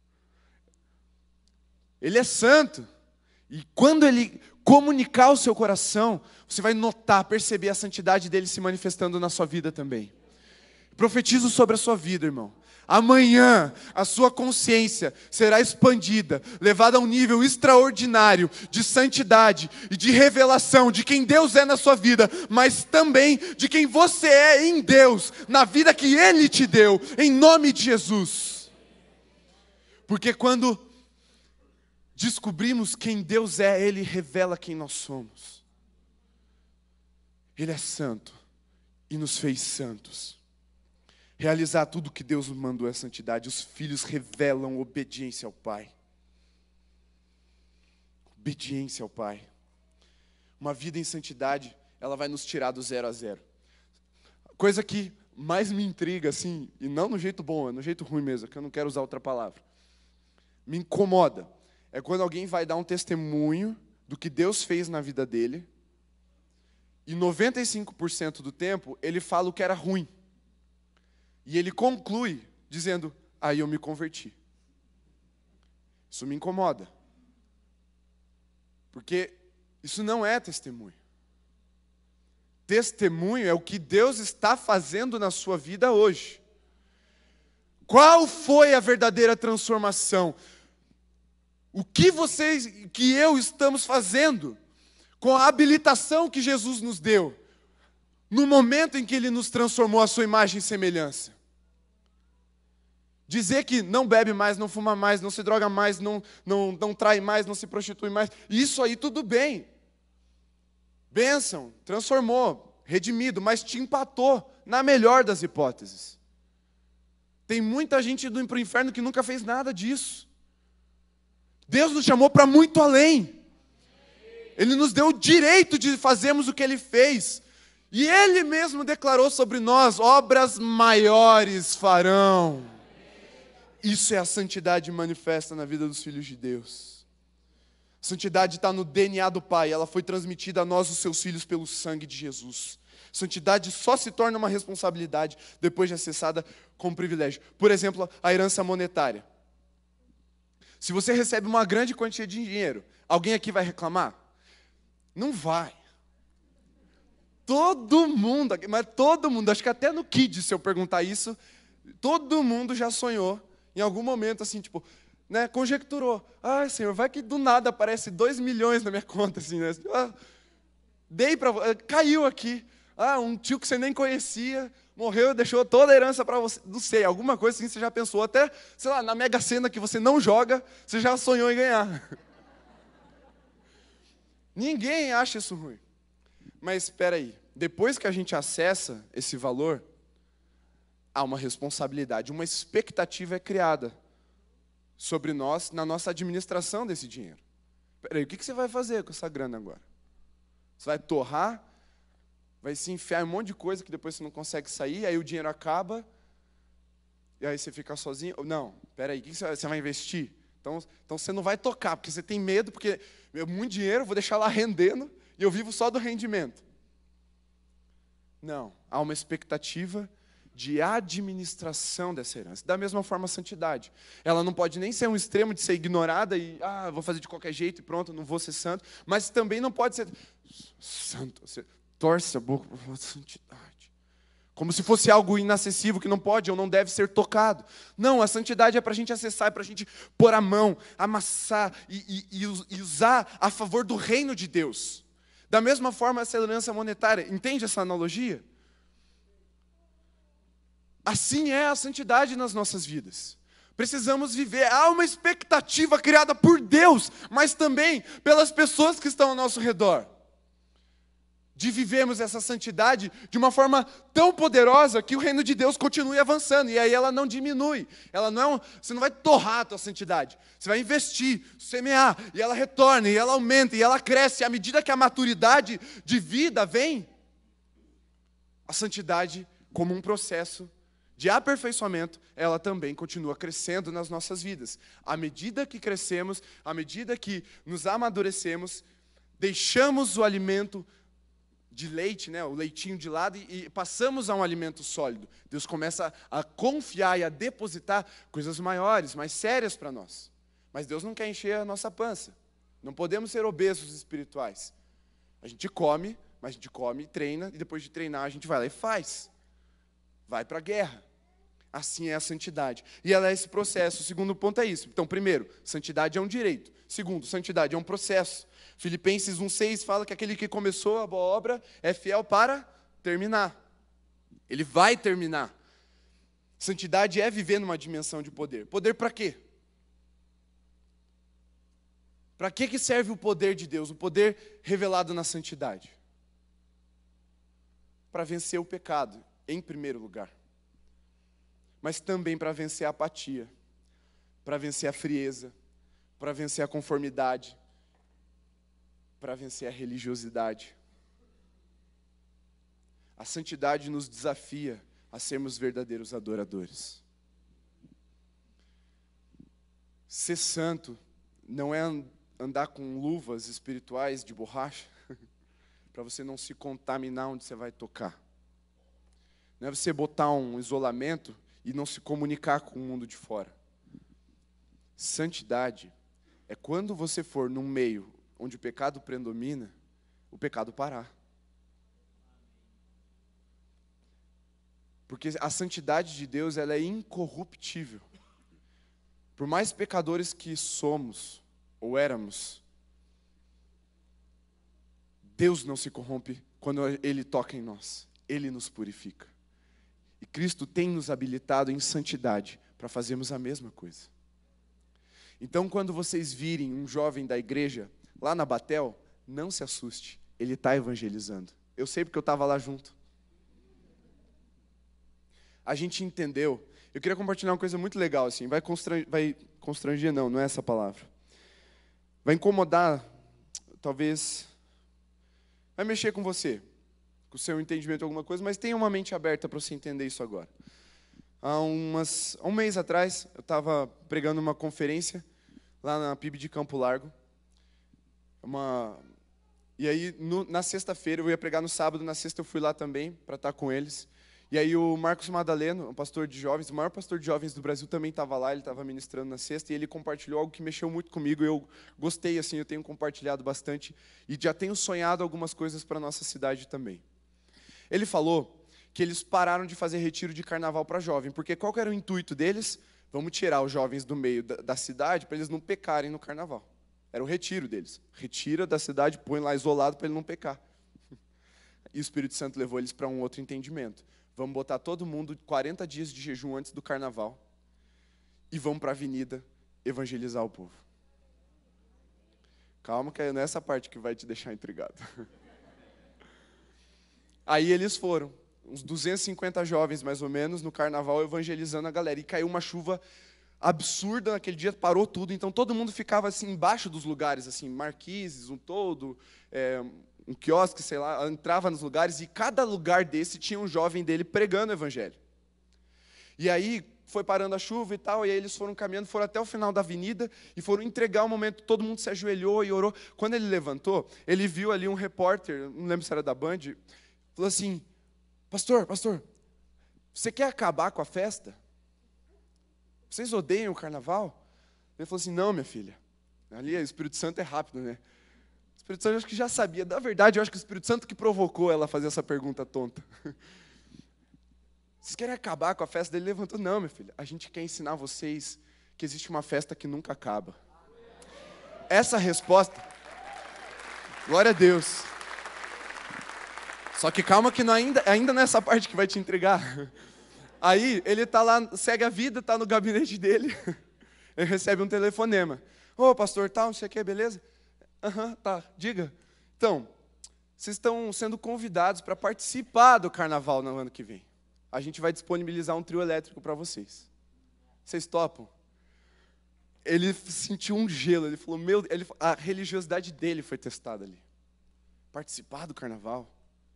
Ele é santo. E quando ele comunicar o seu coração, você vai notar, perceber a santidade dele se manifestando na sua vida também. Profetizo sobre a sua vida, irmão. Amanhã, a sua consciência será expandida, levada a um nível extraordinário de santidade e de revelação de quem Deus é na sua vida, mas também de quem você é em Deus, na vida que Ele te deu, em nome de Jesus. Porque quando descobrimos quem Deus é, Ele revela quem nós somos. Ele é santo e nos fez santos. Realizar tudo que Deus nos mandou é santidade. Os filhos revelam obediência ao Pai. Obediência ao Pai. Uma vida em santidade, ela vai nos tirar do zero a zero. Coisa que mais me intriga, assim, e não no jeito bom, é no jeito ruim mesmo, que eu não quero usar outra palavra. Me incomoda. É quando alguém vai dar um testemunho do que Deus fez na vida dele, e noventa e cinco por cento do tempo ele fala o que era ruim. E ele conclui dizendo, aí eu me converti. Isso me incomoda. Porque isso não é testemunho. Testemunho é o que Deus está fazendo na sua vida hoje. Qual foi a verdadeira transformação? O que vocês, que eu estamos fazendo com a habilitação que Jesus nos deu, no momento em que Ele nos transformou à sua imagem e semelhança? Dizer que não bebe mais, não fuma mais, não se droga mais, não, não, não trai mais, não se prostitui mais, isso aí tudo bem. Bênção, transformou, redimido, mas te empatou, na melhor das hipóteses. Tem muita gente indo para o inferno que nunca fez nada disso. Deus nos chamou para muito além. Ele nos deu o direito de fazermos o que Ele fez. E Ele mesmo declarou sobre nós, obras maiores farão. Isso é a santidade manifesta na vida dos filhos de Deus. A santidade está no D N A do Pai, ela foi transmitida a nós, os seus filhos, pelo sangue de Jesus. Santidade só se torna uma responsabilidade depois de acessada como privilégio. Por exemplo, a herança monetária. Se você recebe uma grande quantia de dinheiro, alguém aqui vai reclamar? Não vai. Todo mundo, mas todo mundo, acho que até no Kids, se eu perguntar isso, todo mundo já sonhou, em algum momento, assim, tipo, né, conjecturou. Ah, Senhor, vai que do nada aparece dois milhões na minha conta, assim, né? Ah, dei para, caiu aqui. Ah, um tio que você nem conhecia, morreu e deixou toda a herança para você. Não sei, alguma coisa assim você já pensou. Até, sei lá, na Mega Sena que você não joga, você já sonhou em ganhar. Ninguém acha isso ruim. Mas espera aí, depois que a gente acessa esse valor, há uma responsabilidade, uma expectativa é criada sobre nós, na nossa administração desse dinheiro. Espera aí, o que você vai fazer com essa grana agora? Você vai torrar? Vai se enfiar em um monte de coisa que depois você não consegue sair, aí o dinheiro acaba, e aí você fica sozinho. Não, espera aí, o que você vai investir? Então, então você não vai tocar, porque você tem medo, porque é muito dinheiro, vou deixar lá rendendo, e eu vivo só do rendimento. Não, há uma expectativa de administração dessa herança. Da mesma forma, a santidade. Ela não pode nem ser um extremo de ser ignorada e, ah, vou fazer de qualquer jeito e pronto, não vou ser santo, mas também não pode ser santo. Você torce a boca para falar santidade. Como se fosse algo inacessível que não pode ou não deve ser tocado. Não, a santidade é para a gente acessar, é para a gente pôr a mão, amassar e, e, e usar a favor do reino de Deus. Da mesma forma, essa herança monetária. Entende essa analogia? Assim é a santidade nas nossas vidas. Precisamos viver. Há uma expectativa criada por Deus, mas também pelas pessoas que estão ao nosso redor, de vivermos essa santidade de uma forma tão poderosa que o reino de Deus continue avançando. E aí ela não diminui. Ela não é um, você não vai torrar a tua santidade. Você vai investir, semear, e ela retorna, e ela aumenta, e ela cresce. E à medida que a maturidade de vida vem, a santidade, como um processo de aperfeiçoamento, ela também continua crescendo nas nossas vidas. À medida que crescemos, à medida que nos amadurecemos, deixamos o alimento de leite, né, o leitinho de lado, e, e passamos a um alimento sólido. Deus começa a, a confiar e a depositar coisas maiores, mais sérias para nós. Mas Deus não quer encher a nossa pança. Não podemos ser obesos espirituais. A gente come, mas a gente come e treina, e depois de treinar a gente vai lá e faz. Vai para a guerra. Assim é a santidade. E ela é esse processo. O segundo ponto é isso. Então, primeiro, santidade é um direito. Segundo, santidade é um processo. Filipenses um seis fala que aquele que começou a boa obra é fiel para terminar. Ele vai terminar. Santidade é viver numa dimensão de poder. Poder para quê? Para que que serve o poder de Deus? O poder revelado na santidade? Para vencer o pecado, em primeiro lugar. Mas também para vencer a apatia, para vencer a frieza, para vencer a conformidade, para vencer a religiosidade. A santidade nos desafia a sermos verdadeiros adoradores. Ser santo não é andar com luvas espirituais de borracha, para você não se contaminar onde você vai tocar. Não é você botar um isolamento e não se comunicar com o mundo de fora. Santidade é quando você for num meio onde o pecado predomina, o pecado parar. Porque a santidade de Deus, ela é incorruptível. Por mais pecadores que somos, ou éramos, Deus não se corrompe quando Ele toca em nós. Ele nos purifica. E Cristo tem nos habilitado em santidade para fazermos a mesma coisa. Então, quando vocês virem um jovem da igreja lá na Batel, não se assuste, ele está evangelizando. Eu sei porque eu estava lá junto. A gente entendeu. Eu queria compartilhar uma coisa muito legal, assim, vai constranger, vai constranger não, não é essa palavra. Vai incomodar, talvez, vai mexer com você, com o seu entendimento de alguma coisa, mas tenha uma mente aberta para você entender isso agora. Há, umas, há um mês atrás, eu estava pregando uma conferência lá na P I B de Campo Largo. Uma, e aí, no, na sexta-feira, eu ia pregar no sábado, na sexta eu fui lá também, para estar com eles. E aí o Marcos Madaleno, um pastor de jovens, o maior pastor de jovens do Brasil, também estava lá, ele estava ministrando na sexta, e ele compartilhou algo que mexeu muito comigo, eu gostei, assim, eu tenho compartilhado bastante, e já tenho sonhado algumas coisas para a nossa cidade também. Ele falou que eles pararam de fazer retiro de carnaval para jovem, porque qual que era o intuito deles? Vamos tirar os jovens do meio da, da cidade para eles não pecarem no carnaval. Era o retiro deles. Retira da cidade, põe lá isolado para ele não pecar. E o Espírito Santo levou eles para um outro entendimento. Vamos botar todo mundo quarenta dias de jejum antes do carnaval e vamos para a avenida evangelizar o povo. Calma que é nessa parte que vai te deixar intrigado. Aí eles foram, uns duzentos e cinquenta jovens mais ou menos, no carnaval evangelizando a galera. E caiu uma chuva absurda naquele dia, parou tudo. Então todo mundo ficava assim embaixo dos lugares, assim, marquises, um todo, é, um quiosque, sei lá, entrava nos lugares e cada lugar desse tinha um jovem dele pregando o evangelho. E aí foi parando a chuva e tal, e aí eles foram caminhando, foram até o final da avenida e foram entregar o momento, todo mundo se ajoelhou e orou. Quando ele levantou, ele viu ali um repórter, não lembro se era da Band, falou assim: pastor, pastor, você quer acabar com a festa? Vocês odeiam o carnaval? Ele falou assim: não, minha filha. Ali o Espírito Santo é rápido, né? O Espírito Santo eu acho que já sabia. Na verdade, eu acho que o Espírito Santo que provocou ela a fazer essa pergunta tonta. Vocês querem acabar com a festa? Ele levantou: não, minha filha, a gente quer ensinar vocês que existe uma festa que nunca acaba. Essa resposta, glória a Deus. Só que calma que não ainda, ainda nessa parte que vai te entregar. Aí ele está lá, segue a vida, está no gabinete dele, ele recebe um telefonema. Ô, pastor, tal, não sei o que, beleza? Aham, uhum, tá, diga. Então, vocês estão sendo convidados para participar do carnaval no ano que vem. A gente vai disponibilizar um trio elétrico para vocês. Vocês topam? Ele sentiu um gelo, ele falou, meu, ele, a religiosidade dele foi testada ali. Participar do carnaval.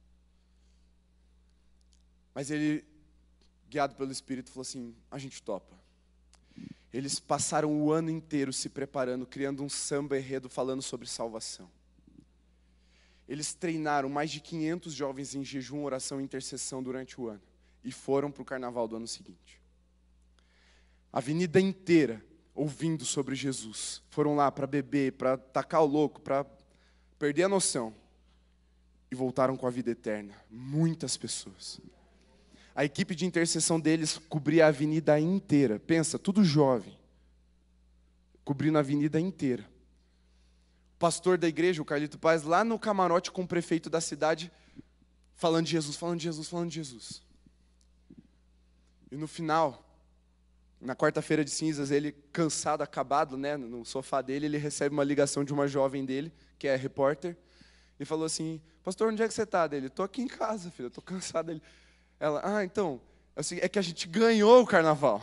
Mas ele, guiado pelo Espírito, falou assim, a gente topa. Eles passaram o ano inteiro se preparando, criando um samba enredo falando sobre salvação. Eles treinaram mais de quinhentos jovens em jejum, oração e intercessão durante o ano. E foram para o carnaval do ano seguinte. A avenida inteira ouvindo sobre Jesus. Foram lá para beber, para tacar o louco, para perder a noção. E voltaram com a vida eterna. Muitas pessoas. A equipe de intercessão deles cobria a avenida inteira. Pensa, tudo jovem. Cobrindo a avenida inteira. O pastor da igreja, o Carlito Paz, lá no camarote com o prefeito da cidade, falando de Jesus, falando de Jesus, falando de Jesus. E no final, na quarta-feira de cinzas, ele, cansado, acabado, né, no sofá dele, ele recebe uma ligação de uma jovem dele, que é repórter, e falou assim, pastor, onde é que você está? Dele, estou aqui em casa, filho, estou cansado. Ele, ela, ah, então, é que a gente ganhou o carnaval.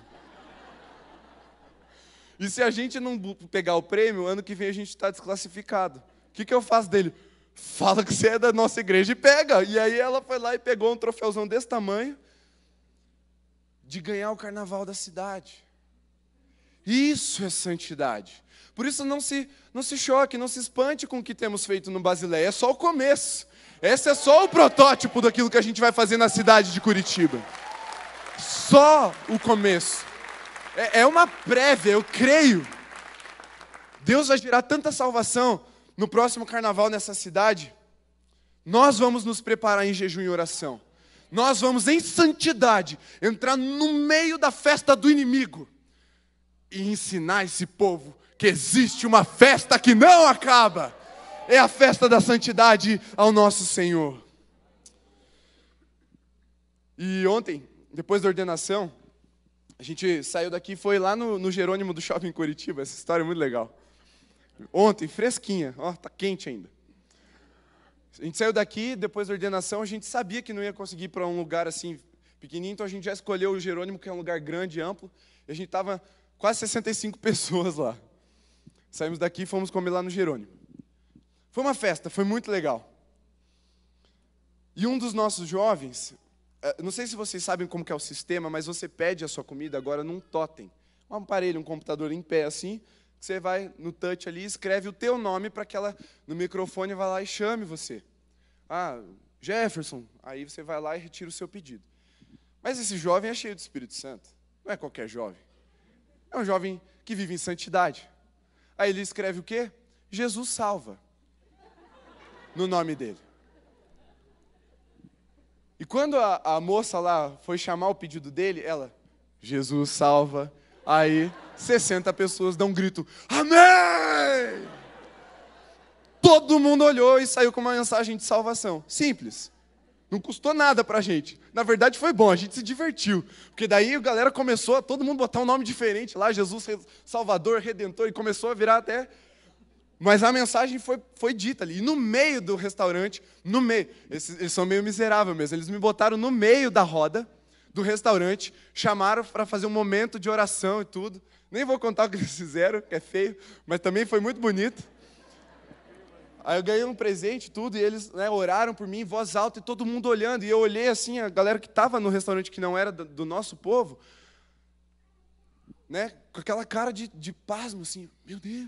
E se a gente não pegar o prêmio, ano que vem a gente está desclassificado. O que, que eu faço dele? Fala que você é da nossa igreja e pega. E aí ela foi lá e pegou um troféuzão desse tamanho de ganhar o carnaval da cidade. Isso é santidade. Por isso não se, não se choque, não se espante com o que temos feito no Basileia. É só o começo. Esse é só o protótipo daquilo que a gente vai fazer na cidade de Curitiba. Só o começo. É uma prévia, eu creio. Deus vai gerar tanta salvação no próximo carnaval nessa cidade. Nós vamos nos preparar em jejum e oração. Nós vamos, em santidade, entrar no meio da festa do inimigo e ensinar esse povo que existe uma festa que não acaba. É a festa da santidade ao nosso Senhor. E ontem, depois da ordenação, a gente saiu daqui e foi lá no, no Jerônimo do Shopping Curitiba. Essa história é muito legal. Ontem, fresquinha. Ó, tá quente ainda. A gente saiu daqui, depois da ordenação, a gente sabia que não ia conseguir ir para um lugar assim pequenininho, então a gente já escolheu o Jerônimo, que é um lugar grande e amplo, e a gente estava quase sessenta e cinco pessoas lá. Saímos daqui e fomos comer lá no Jerônimo. Foi uma festa, foi muito legal. E um dos nossos jovens... Não sei se vocês sabem como que é o sistema, mas você pede a sua comida agora num totem. Um aparelho, um computador em pé assim, você vai no touch ali, escreve o teu nome para que ela, no microfone, vá lá e chame você. Ah, Jefferson. Aí você vai lá e retira o seu pedido. Mas esse jovem é cheio do Espírito Santo. Não é qualquer jovem. É um jovem que vive em santidade. Aí ele escreve o quê? Jesus salva. No nome dele. E quando a, a moça lá foi chamar o pedido dele, ela, Jesus salva. Aí, sessenta pessoas dão um grito, amém! Todo mundo olhou e saiu com uma mensagem de salvação. Simples. Não custou nada pra gente. Na verdade foi bom, a gente se divertiu. Porque daí a galera começou a todo mundo botar um nome diferente lá, Jesus Salvador, Redentor, e começou a virar até... Mas a mensagem foi, foi dita ali. E no meio do restaurante, no meio, eles, eles são meio miseráveis mesmo, eles me botaram no meio da roda do restaurante, chamaram para fazer um momento de oração e tudo. Nem vou contar o que eles fizeram, que é feio, mas também foi muito bonito. Aí eu ganhei um presente e tudo, e eles, né, oraram por mim em voz alta, e todo mundo olhando. E eu olhei assim, a galera que estava no restaurante, que não era do, do nosso povo, né, com aquela cara de, de pasmo, assim, meu Deus.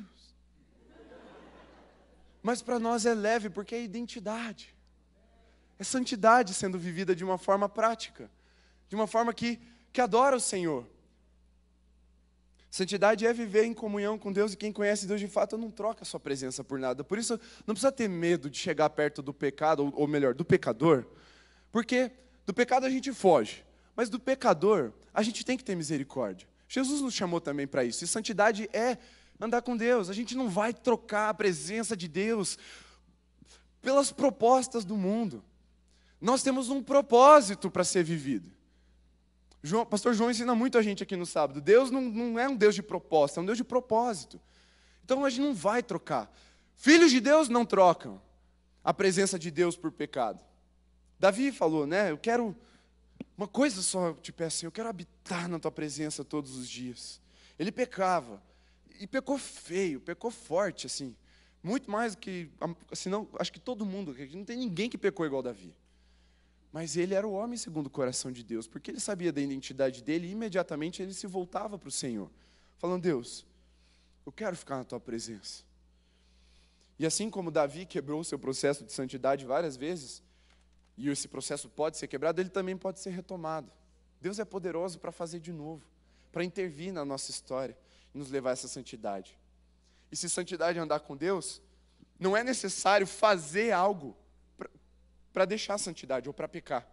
Mas para nós é leve, porque é identidade. É santidade sendo vivida de uma forma prática. De uma forma que, que adora o Senhor. Santidade é viver em comunhão com Deus, e quem conhece Deus de fato não troca a sua presença por nada. Por isso, não precisa ter medo de chegar perto do pecado, ou, ou melhor, do pecador, porque do pecado a gente foge, mas do pecador a gente tem que ter misericórdia. Jesus nos chamou também para isso, e santidade é andar com Deus. A gente não vai trocar a presença de Deus pelas propostas do mundo. Nós temos um propósito para ser vivido. João, pastor João ensina muito a gente aqui no sábado. Deus não, não é um Deus de proposta, é um Deus de propósito. Então a gente não vai trocar. Filhos de Deus não trocam a presença de Deus por pecado. Davi falou, né? Eu quero, uma coisa só te peço, eu quero habitar na tua presença todos os dias. Ele pecava. E pecou feio, pecou forte, assim. Muito mais do que, assim, não, acho que todo mundo, não tem ninguém que pecou igual Davi. Mas ele era o homem segundo o coração de Deus, porque ele sabia da identidade dele, e imediatamente ele se voltava para o Senhor, falando, Deus, eu quero ficar na tua presença. E assim como Davi quebrou o seu processo de santidade várias vezes, e esse processo pode ser quebrado, ele também pode ser retomado. Deus é poderoso para fazer de novo, para intervir na nossa história, nos levar a essa santidade. E se santidade é andar com Deus, não é necessário fazer algo para deixar a santidade ou para pecar.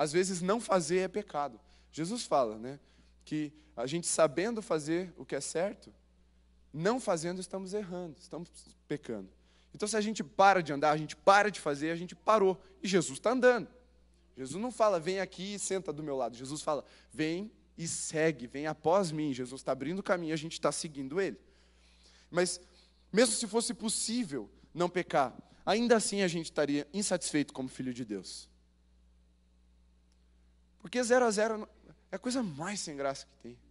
às vezes não fazer é pecado. Jesus fala, né, que a gente sabendo fazer o que é certo, não fazendo estamos errando, estamos pecando. Então se a gente para de andar, a gente para de fazer, a gente parou. E Jesus está andando. Jesus não fala, vem aqui e senta do meu lado. Jesus fala, vem e segue, vem após mim. Jesus está abrindo o caminho, a gente está seguindo Ele. Mas, mesmo se fosse possível não pecar, ainda assim a gente estaria insatisfeito como filho de Deus. Porque zero a zero é a coisa mais sem graça que tem.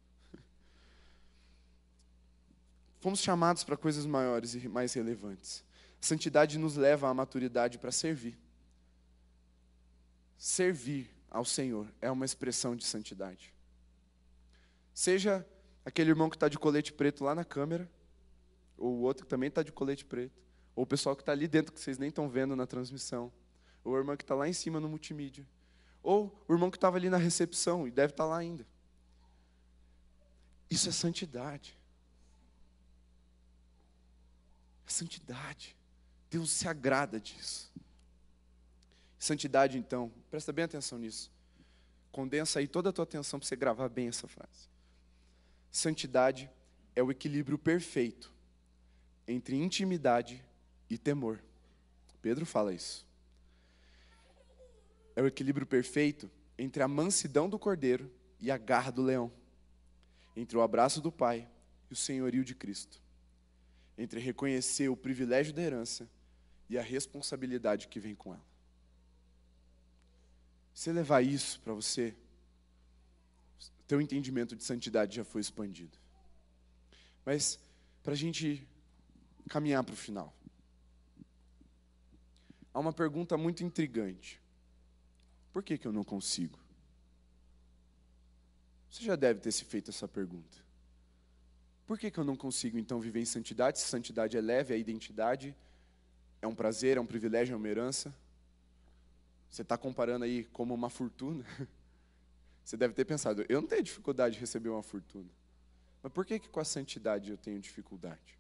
Fomos chamados para coisas maiores e mais relevantes. A santidade nos leva à maturidade para servir. Servir ao Senhor é uma expressão de santidade. Seja aquele irmão que está de colete preto lá na câmera, ou o outro que também está de colete preto, ou o pessoal que está ali dentro que vocês nem estão vendo na transmissão, ou o irmão que está lá em cima no multimídia, ou o irmão que estava ali na recepção e deve estar lá ainda. Isso é santidade. É santidade. Deus se agrada disso. Santidade, então, presta bem atenção nisso. Condensa aí toda a tua atenção para você gravar bem essa frase. Santidade é o equilíbrio perfeito entre intimidade e temor. Pedro fala isso. É o equilíbrio perfeito entre a mansidão do cordeiro e a garra do leão. Entre o abraço do Pai e o senhorio de Cristo. Entre reconhecer o privilégio da herança e a responsabilidade que vem com ela. Se levar isso para você, teu entendimento de santidade já foi expandido. Mas, para a gente caminhar para o final, há uma pergunta muito intrigante. Por que que eu não consigo? Você já deve ter se feito essa pergunta. Por que que eu não consigo, então, viver em santidade? Se santidade é leve, é identidade, é um prazer, é um privilégio, é uma herança. Você está comparando aí como uma fortuna. Você deve ter pensado, eu não tenho dificuldade de receber uma fortuna. Mas por que que com a santidade eu tenho dificuldade?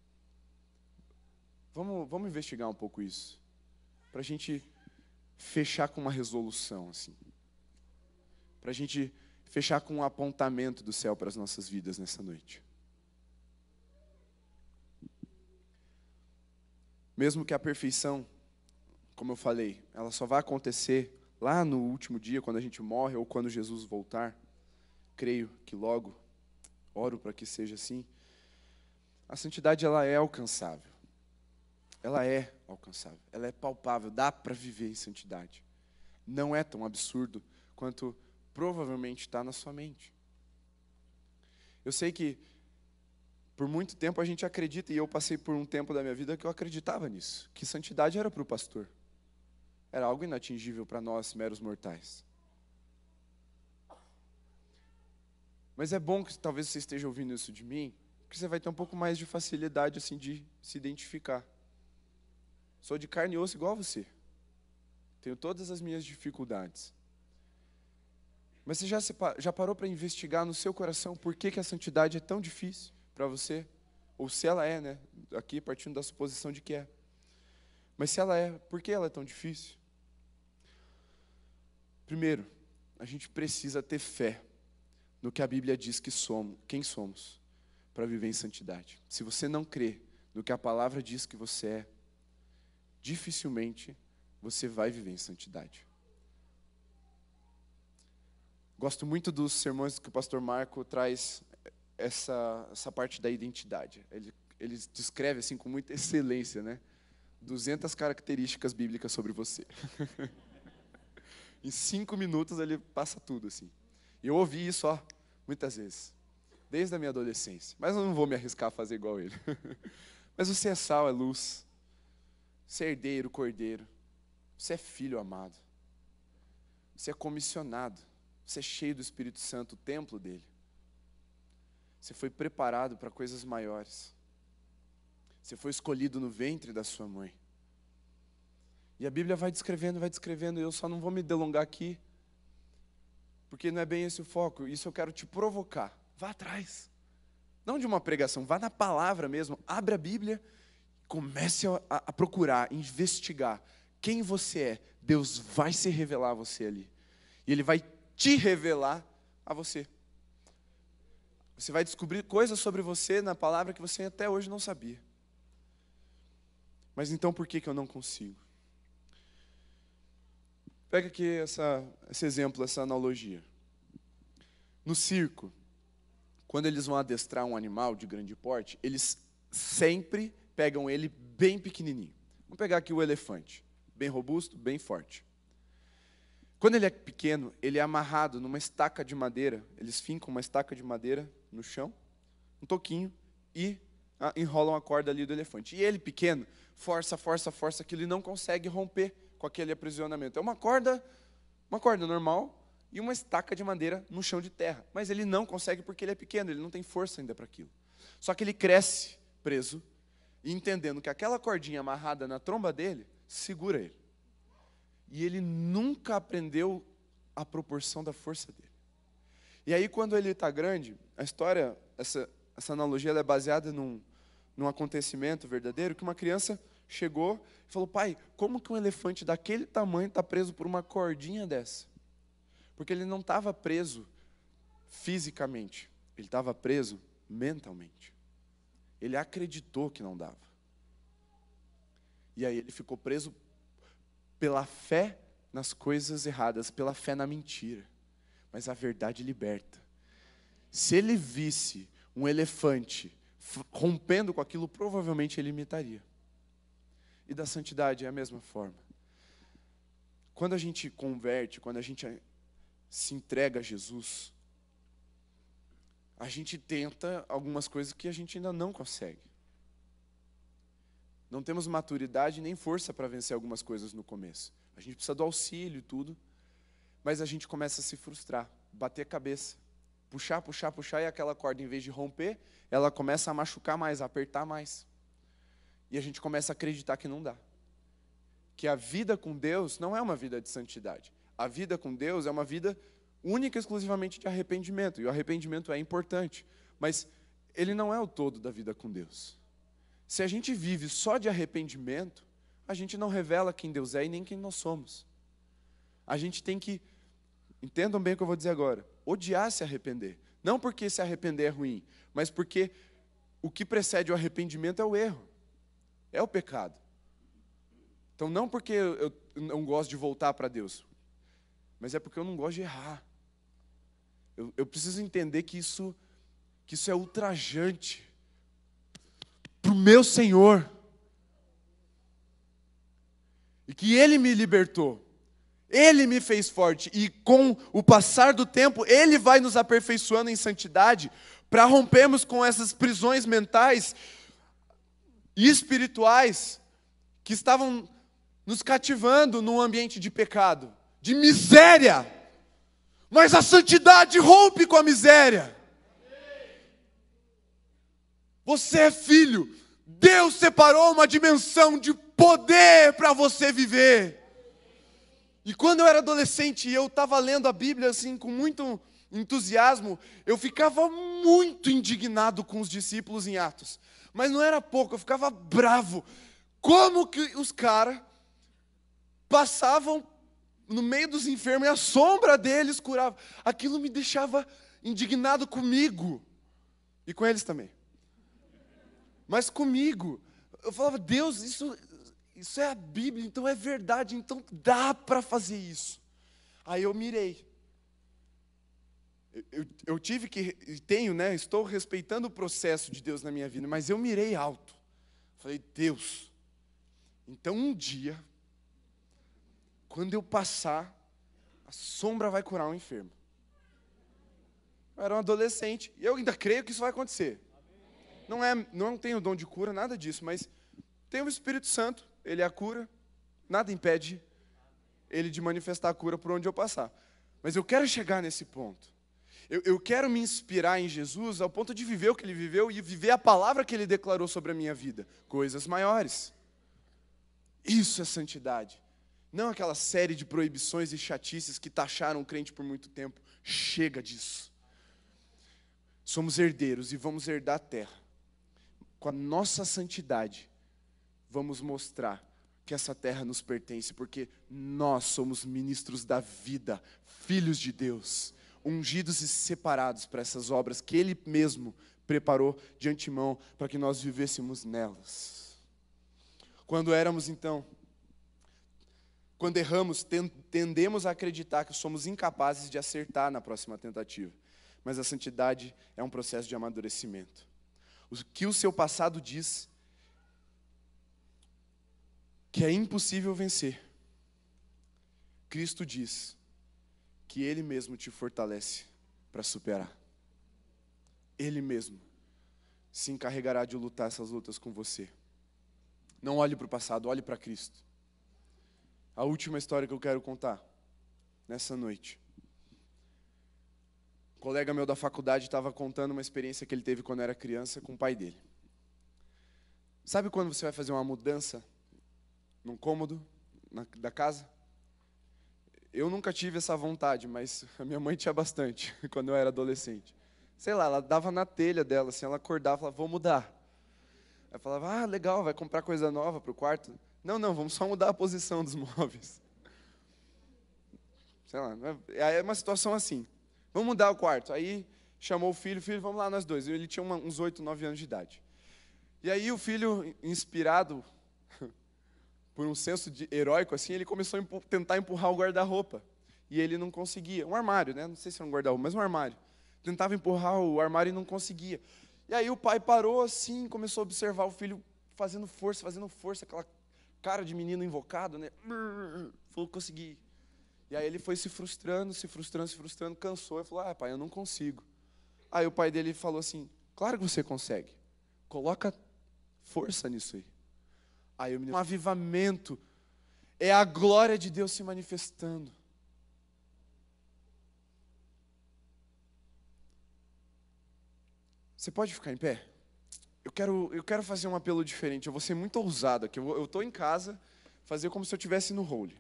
Vamos, vamos investigar um pouco isso. Para a gente fechar com uma resolução, assim. Para a gente fechar com um apontamento do céu para as nossas vidas nessa noite. Mesmo que a perfeição, como eu falei, ela só vai acontecer lá no último dia, quando a gente morre, ou quando Jesus voltar. Creio que logo, oro para que seja assim. A santidade, ela é alcançável. Ela é alcançável, ela é palpável, dá para viver em santidade. Não é tão absurdo quanto provavelmente está na sua mente. Eu sei que por muito tempo a gente acredita, e eu passei por um tempo da minha vida que eu acreditava nisso, que santidade era para o pastor. Era algo inatingível para nós, meros mortais. Mas é bom que talvez você esteja ouvindo isso de mim, porque você vai ter um pouco mais de facilidade assim, de se identificar. Sou de carne e osso igual a você. Tenho todas as minhas dificuldades. Mas você já, já parou para investigar no seu coração por que que a santidade é tão difícil para você? Ou se ela é, né? Aqui partindo da suposição de que é. Mas se ela é, por que ela é tão difícil? Primeiro, a gente precisa ter fé no que a Bíblia diz que somos, quem somos, para viver em santidade. Se você não crê no que a palavra diz que você é, dificilmente você vai viver em santidade. Gosto muito dos sermões que o pastor Marco traz essa, essa parte da identidade. Ele, ele descreve assim com muita excelência, né? duzentas características bíblicas sobre você. Em cinco minutos ele passa tudo assim. E eu ouvi isso ó, muitas vezes, desde a minha adolescência. Mas eu não vou me arriscar a fazer igual ele. Mas você é sal, é luz. Você é herdeiro, cordeiro. Você é filho amado. Você é comissionado. Você é cheio do Espírito Santo, o templo dele. Você foi preparado para coisas maiores. Você foi escolhido no ventre da sua mãe. E a Bíblia vai descrevendo, vai descrevendo, e eu só não vou me delongar aqui, porque não é bem esse o foco. Isso eu quero te provocar. Vá atrás. Não de uma pregação, vá na palavra mesmo. Abre a Bíblia, comece a, a procurar, investigar quem você é. Deus vai se revelar a você ali. E Ele vai te revelar a você. Você vai descobrir coisas sobre você na palavra que você até hoje não sabia. Mas então por que que eu não consigo? Pega aqui essa, esse exemplo, essa analogia. No circo, quando eles vão adestrar um animal de grande porte, eles sempre pegam ele bem pequenininho. Vamos pegar aqui o elefante, bem robusto, bem forte. Quando ele é pequeno, ele é amarrado numa estaca de madeira, eles fincam uma estaca de madeira no chão, um toquinho, e ah, enrolam a corda ali do elefante. E ele, pequeno, força, força, força aquilo e não consegue romper com aquele aprisionamento. É uma corda, uma corda normal e uma estaca de madeira no chão de terra. Mas ele não consegue porque ele é pequeno, ele não tem força ainda para aquilo. Só que ele cresce preso e entendendo que aquela cordinha amarrada na tromba dele segura ele. E ele nunca aprendeu a proporção da força dele. E aí, quando ele está grande, a história, essa, essa analogia ela é baseada num, num acontecimento verdadeiro, que uma criança chegou e falou, pai, como que um elefante daquele tamanho está preso por uma cordinha dessa? Porque ele não estava preso fisicamente, ele estava preso mentalmente. Ele acreditou que não dava. E aí ele ficou preso pela fé nas coisas erradas, pela fé na mentira. Mas a verdade liberta. Se ele visse um elefante rompendo com aquilo, provavelmente ele imitaria. E da santidade é a mesma forma. Quando a gente converte, quando a gente se entrega a Jesus, a gente tenta algumas coisas que a gente ainda não consegue. Não temos maturidade nem força para vencer algumas coisas no começo. A gente precisa do auxílio e tudo, mas a gente começa a se frustrar, bater a cabeça, puxar, puxar, puxar, e aquela corda, em vez de romper, ela começa a machucar mais, a apertar mais. E a gente começa a acreditar que não dá. Que a vida com Deus não é uma vida de santidade. A vida com Deus é uma vida única e exclusivamente de arrependimento. E o arrependimento é importante, mas ele não é o todo da vida com Deus. Se a gente vive só de arrependimento, a gente não revela quem Deus é e nem quem nós somos. A gente tem que, entendam bem o que eu vou dizer agora, odiar se arrepender. Não porque se arrepender é ruim, mas porque o que precede o arrependimento é o erro, é o pecado. Então não porque eu não gosto de voltar para Deus, mas é porque eu não gosto de errar. Eu, eu preciso entender que isso, que isso é ultrajante para o meu Senhor. E que Ele me libertou. Ele me fez forte. E com o passar do tempo, Ele vai nos aperfeiçoando em santidade para rompermos com essas prisões mentais e espirituais que estavam nos cativando num ambiente de pecado, de miséria. Mas a santidade rompe com a miséria. Você é filho. Deus separou uma dimensão de poder para você viver. E quando eu era adolescente e eu estava lendo a Bíblia assim com muito entusiasmo, eu ficava muito indignado com os discípulos em Atos. Mas não era pouco, eu ficava bravo. Como que os caras passavam no meio dos enfermos e a sombra deles curava? Aquilo me deixava indignado comigo. E com eles também. Mas comigo. Eu falava, Deus, isso, isso é a Bíblia, então é verdade, então dá para fazer isso. Aí eu mirei. Eu, eu, eu tive que, e tenho, né, estou respeitando o processo de Deus na minha vida, mas eu mirei alto. Falei, Deus, então um dia, quando eu passar, a sombra vai curar um enfermo. Eu era um adolescente, e eu ainda creio que isso vai acontecer. Não, é, não tenho o dom de cura, nada disso, mas tem o Espírito Santo, Ele é a cura, nada impede Ele de manifestar a cura por onde eu passar. Mas eu quero chegar nesse ponto. Eu, eu quero me inspirar em Jesus ao ponto de viver o que Ele viveu e viver a palavra que Ele declarou sobre a minha vida. Coisas maiores. Isso é santidade. Não aquela série de proibições e chatices que taxaram o crente por muito tempo. Chega disso. Somos herdeiros e vamos herdar a terra. Com a nossa santidade, vamos mostrar que essa terra nos pertence, porque nós somos ministros da vida, filhos de Deus, ungidos e separados para essas obras que Ele mesmo preparou de antemão para que nós vivêssemos nelas. Quando éramos então, quando erramos, tendemos a acreditar que somos incapazes de acertar na próxima tentativa. Mas a santidade é um processo de amadurecimento. O que o seu passado diz que é impossível vencer, Cristo diz que Ele mesmo te fortalece para superar. Ele mesmo se encarregará de lutar essas lutas com você. Não olhe para o passado, olhe para Cristo. A última história que eu quero contar, nessa noite. Um colega meu da faculdade estava contando uma experiência que ele teve quando era criança com o pai dele. Sabe quando você vai fazer uma mudança num cômodo na, da casa? Eu nunca tive essa vontade, mas a minha mãe tinha bastante, quando eu era adolescente. Sei lá, ela dava na telha dela, assim, ela acordava e falava, vou mudar. Aí eu falava, ah, legal, vai comprar coisa nova para o quarto? Não, não, vamos só mudar a posição dos móveis. Sei lá, é uma situação assim. Vamos mudar o quarto. Aí chamou o filho, filho, vamos lá nós dois. Ele tinha uma, uns oito, nove anos de idade. E aí o filho, inspirado por um senso de heróico, assim, ele começou a empu- tentar empurrar o guarda-roupa. E ele não conseguia. Um armário, né? Não sei se era um guarda-roupa, mas um armário. Tentava empurrar o armário e não conseguia. E aí o pai parou assim, começou a observar o filho fazendo força, fazendo força, aquela cara de menino invocado, né? Falou, consegui. E aí ele foi se frustrando, se frustrando, se frustrando, cansou e falou, ah, pai, eu não consigo. Aí o pai dele falou assim, claro que você consegue. Coloca força nisso aí. Aí o menino, um avivamento, é a glória de Deus se manifestando. Você pode ficar em pé? Eu quero, eu quero fazer um apelo diferente, eu vou ser muito ousado aqui. Eu estou em casa, fazer como se eu estivesse no Holy.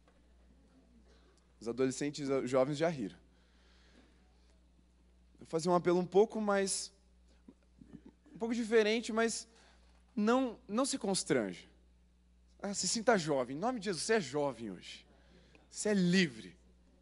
Os adolescentes, os jovens já riram. Vou fazer um apelo um pouco mais, um pouco diferente, mas não, não se constrange. Ah, se sinta jovem. Em nome de Jesus, você é jovem hoje. Você é livre.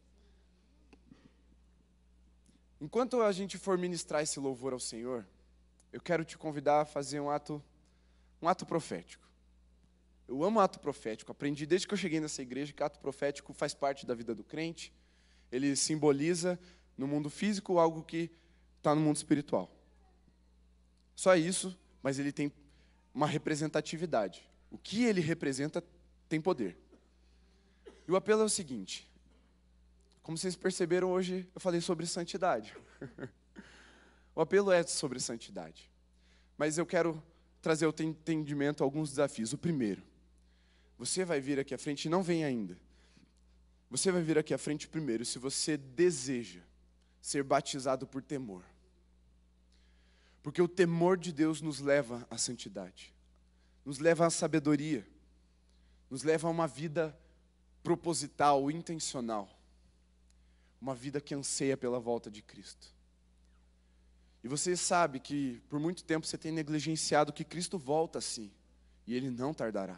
Enquanto a gente for ministrar esse louvor ao Senhor, eu quero te convidar a fazer um ato, um ato profético. Eu amo ato profético. Aprendi desde que eu cheguei nessa igreja que ato profético faz parte da vida do crente. Ele simboliza no mundo físico algo que está no mundo espiritual. Só isso, mas ele tem uma representatividade. O que ele representa tem poder. E o apelo é o seguinte. Como vocês perceberam hoje, eu falei sobre santidade. O apelo é sobre santidade. Mas eu quero trazer ao teu entendimento alguns desafios. O primeiro, você vai vir aqui à frente, não vem ainda. Você vai vir aqui à frente primeiro se você deseja ser batizado por temor. Porque o temor de Deus nos leva à santidade. Nos leva à sabedoria. Nos leva a uma vida proposital, intencional. Uma vida que anseia pela volta de Cristo. E você sabe que por muito tempo você tem negligenciado que Cristo volta sim. E Ele não tardará.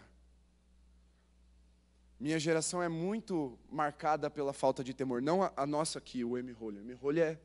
Minha geração é muito marcada pela falta de temor. Não a, a nossa aqui, o M-Rolha. O M-Rolha é...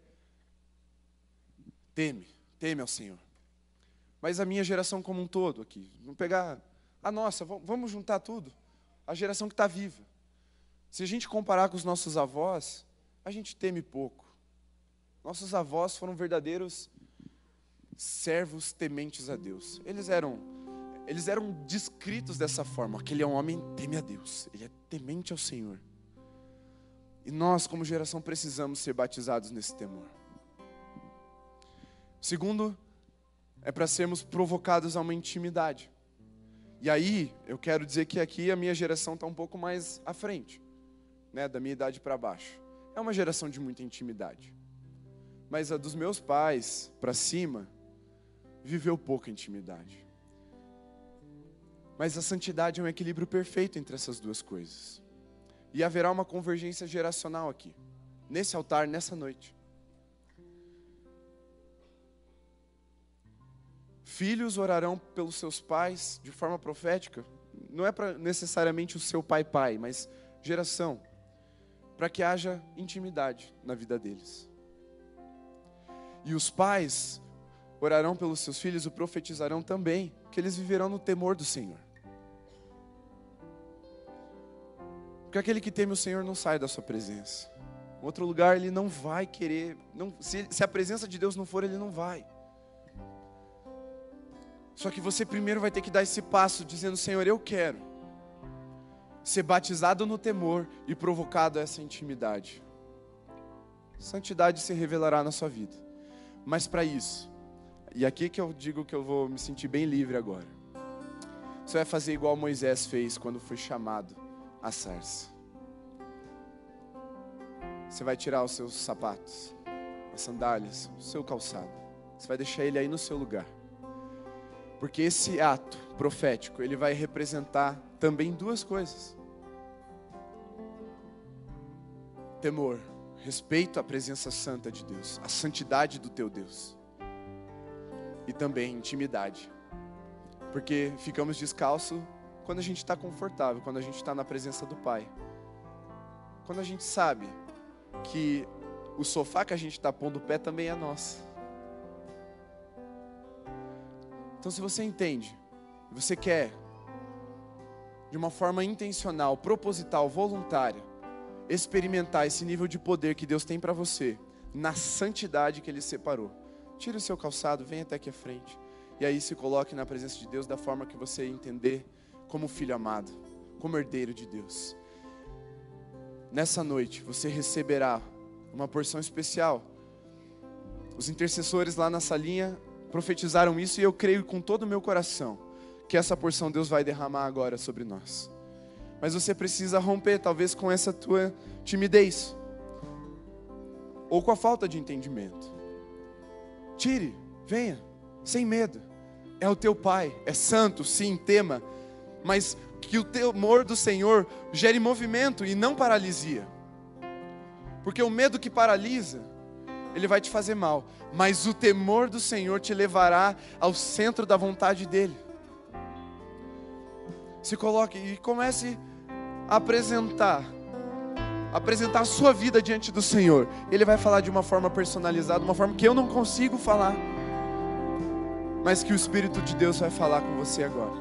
Teme, teme ao Senhor. Mas a minha geração como um todo aqui. Vamos pegar a nossa, vamos juntar tudo. A geração que está viva. Se a gente comparar com os nossos avós, a gente teme pouco. Nossos avós foram verdadeiros servos tementes a Deus. Eles eram, eles eram descritos dessa forma. Aquele é um homem teme a Deus. Ele é temente ao Senhor. E nós, como geração, precisamos ser batizados nesse temor. Segundo, é para sermos provocados a uma intimidade. E aí, eu quero dizer que aqui a minha geração está um pouco mais à frente, né, da minha idade para baixo. É uma geração de muita intimidade. Mas a dos meus pais para cima viveu pouca intimidade. Mas a santidade é um equilíbrio perfeito entre essas duas coisas. E haverá uma convergência geracional aqui, nesse altar, nessa noite. Filhos orarão pelos seus pais de forma profética? não é para necessariamente o seu pai pai, mas geração, para que haja intimidade na vida deles. E os pais orarão pelos seus filhos e profetizarão também, que eles viverão no temor do Senhor. Porque aquele que teme o Senhor não sai da sua presença. Em outro lugar ele não vai querer, não, se, se a presença de Deus não for, ele não vai. Só que você primeiro vai ter que dar esse passo, dizendo: Senhor, eu quero ser batizado no temor e provocado a essa intimidade. Santidade se revelará na sua vida. Mas para isso, e aqui que eu digo que eu vou me sentir bem livre agora, você vai fazer igual Moisés fez quando foi chamado à sarça. Você vai tirar os seus sapatos, as sandálias, o seu calçado. Você vai deixar ele aí no seu lugar. Porque esse ato profético, ele vai representar também duas coisas. Temor, respeito à presença santa de Deus, a santidade do teu Deus. E também intimidade. Porque ficamos descalços quando a gente está confortável, quando a gente está na presença do Pai. Quando a gente sabe que o sofá que a gente está pondo o pé também é nosso. Então, se você entende, você quer, de uma forma intencional, proposital, voluntária, experimentar esse nível de poder que Deus tem para você, na santidade que Ele separou, tire o seu calçado, venha até aqui à frente, e aí se coloque na presença de Deus da forma que você entender, como filho amado, como herdeiro de Deus. Nessa noite, você receberá uma porção especial. Os intercessores lá na salinha profetizaram isso, e eu creio com todo o meu coração que essa porção Deus vai derramar agora sobre nós. Mas você precisa romper, talvez, com essa tua timidez, ou com a falta de entendimento. Tire, venha, sem medo. É o teu Pai, é santo, sim, tema, mas que o temor do Senhor gere movimento e não paralisia. Porque o medo que paralisa, ele vai te fazer mal, mas o temor do Senhor te levará ao centro da vontade dEle. Se coloque e comece a apresentar, apresentar a sua vida diante do Senhor. Ele vai falar de uma forma personalizada, uma forma que eu não consigo falar, mas que o Espírito de Deus vai falar com você agora.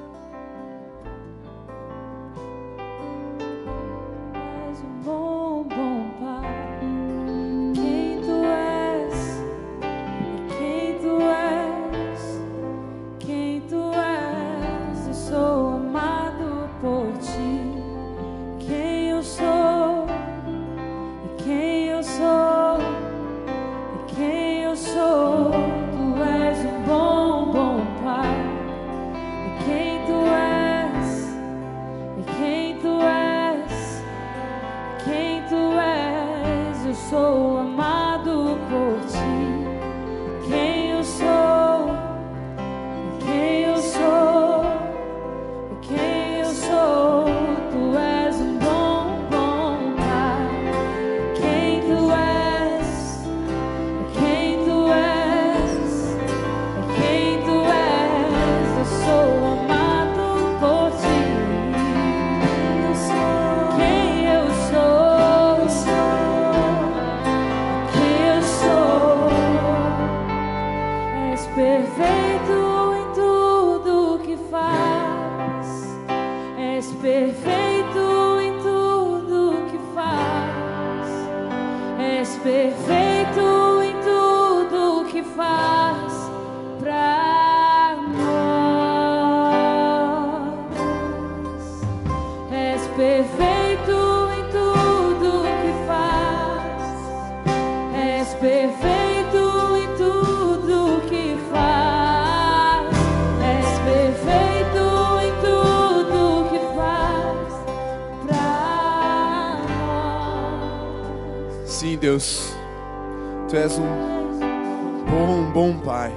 Deus, Tu és um bom, bom Pai.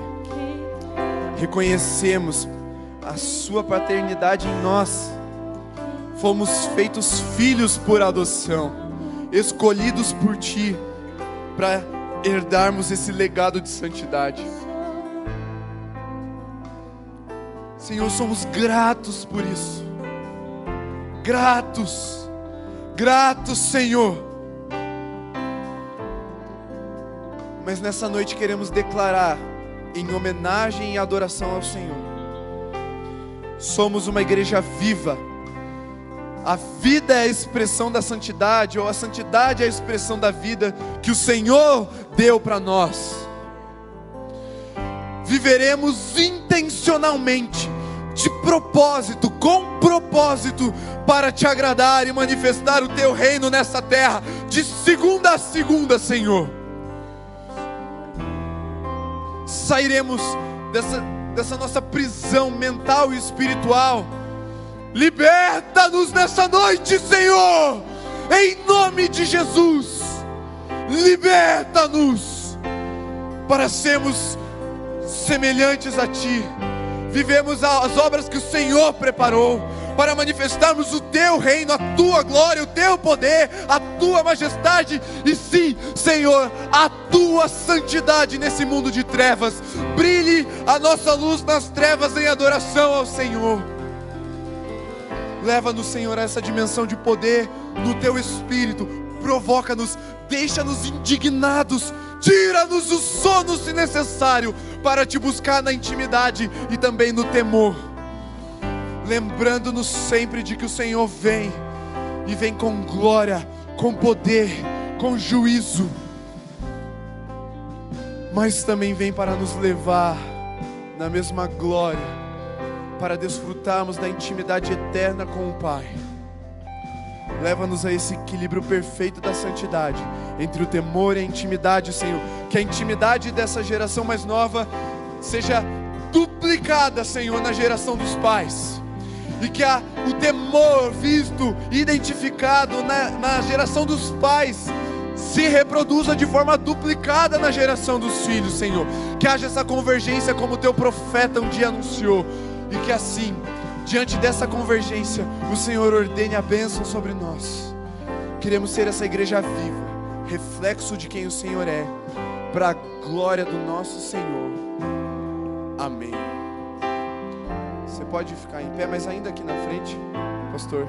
Reconhecemos a Sua paternidade em nós. Fomos feitos filhos por adoção, escolhidos por Ti, para herdarmos esse legado de santidade. Senhor, somos gratos por isso. Gratos, gratos, Senhor. Mas nessa noite queremos declarar, em homenagem e adoração ao Senhor, somos uma igreja viva. A vida é a expressão da santidade, ou a santidade é a expressão da vida que o Senhor deu para nós. Viveremos intencionalmente, de propósito, com propósito, para te agradar e manifestar o teu reino nessa terra, de segunda a segunda, Senhor. Sairemos dessa, dessa nossa prisão mental e espiritual. Liberta-nos nessa noite, Senhor, em nome de Jesus. Liberta-nos para sermos semelhantes a Ti. Vivemos as obras que o Senhor preparou, para manifestarmos o Teu reino, a Tua glória, o Teu poder, a Tua majestade, e sim, Senhor, a Tua santidade nesse mundo de trevas. Brilhe a nossa luz nas trevas em adoração ao Senhor. Leva-nos, Senhor, a essa dimensão de poder no Teu Espírito. Provoca-nos, deixa-nos indignados, tira-nos o sono se necessário, para Te buscar na intimidade e também no temor. Lembrando-nos sempre de que o Senhor vem, e vem com glória, com poder, com juízo, mas também vem para nos levar na mesma glória, para desfrutarmos da intimidade eterna com o Pai. Leva-nos a esse equilíbrio perfeito da santidade, entre o temor e a intimidade, Senhor. Que a intimidade dessa geração mais nova seja duplicada, Senhor, na geração dos pais. E que a, o temor visto, identificado na, na geração dos pais, se reproduza de forma duplicada na geração dos filhos, Senhor. Que haja essa convergência como o Teu profeta um dia anunciou. E que assim, diante dessa convergência, o Senhor ordene a bênção sobre nós. Queremos ser essa igreja viva, reflexo de quem o Senhor é, para a glória do nosso Senhor. Amém. Você pode ficar em pé, mas ainda aqui na frente, pastor.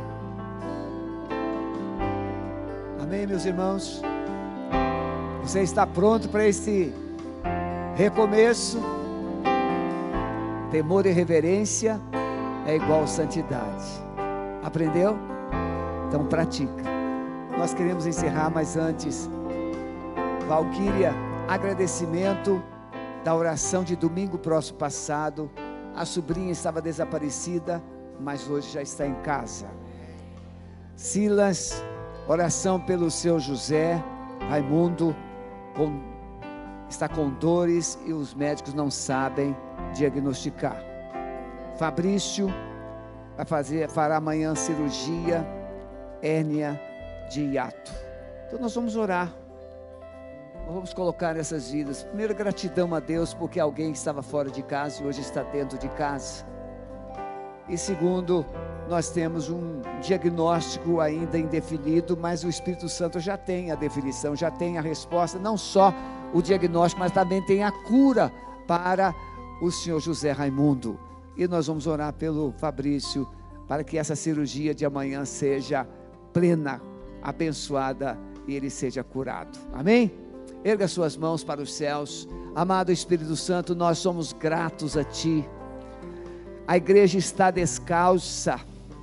Amém, meus irmãos. Você está pronto para esse recomeço? Temor e reverência é igual santidade. Aprendeu? Então pratica. Nós queremos encerrar, mas antes, Valquíria, agradecimento da oração de domingo próximo passado. A sobrinha estava desaparecida, mas hoje já está em casa. Silas, oração pelo seu José Raimundo, com, está com dores e os médicos não sabem diagnosticar. Fabrício vai fazer, fará amanhã cirurgia, hérnia de hiato. Então nós vamos orar, nós vamos colocar essas vidas. Primeiro, gratidão a Deus porque alguém estava fora de casa e hoje está dentro de casa. E segundo, nós temos um diagnóstico ainda indefinido, mas o Espírito Santo já tem a definição, já tem a resposta, não só o diagnóstico, mas também tem a cura para o senhor José Raimundo. E nós vamos orar pelo Fabrício, para que essa cirurgia de amanhã seja plena, abençoada, e ele seja curado. Amém? Erga suas mãos para os céus. Amado Espírito Santo, nós somos gratos a Ti. A igreja está descalça,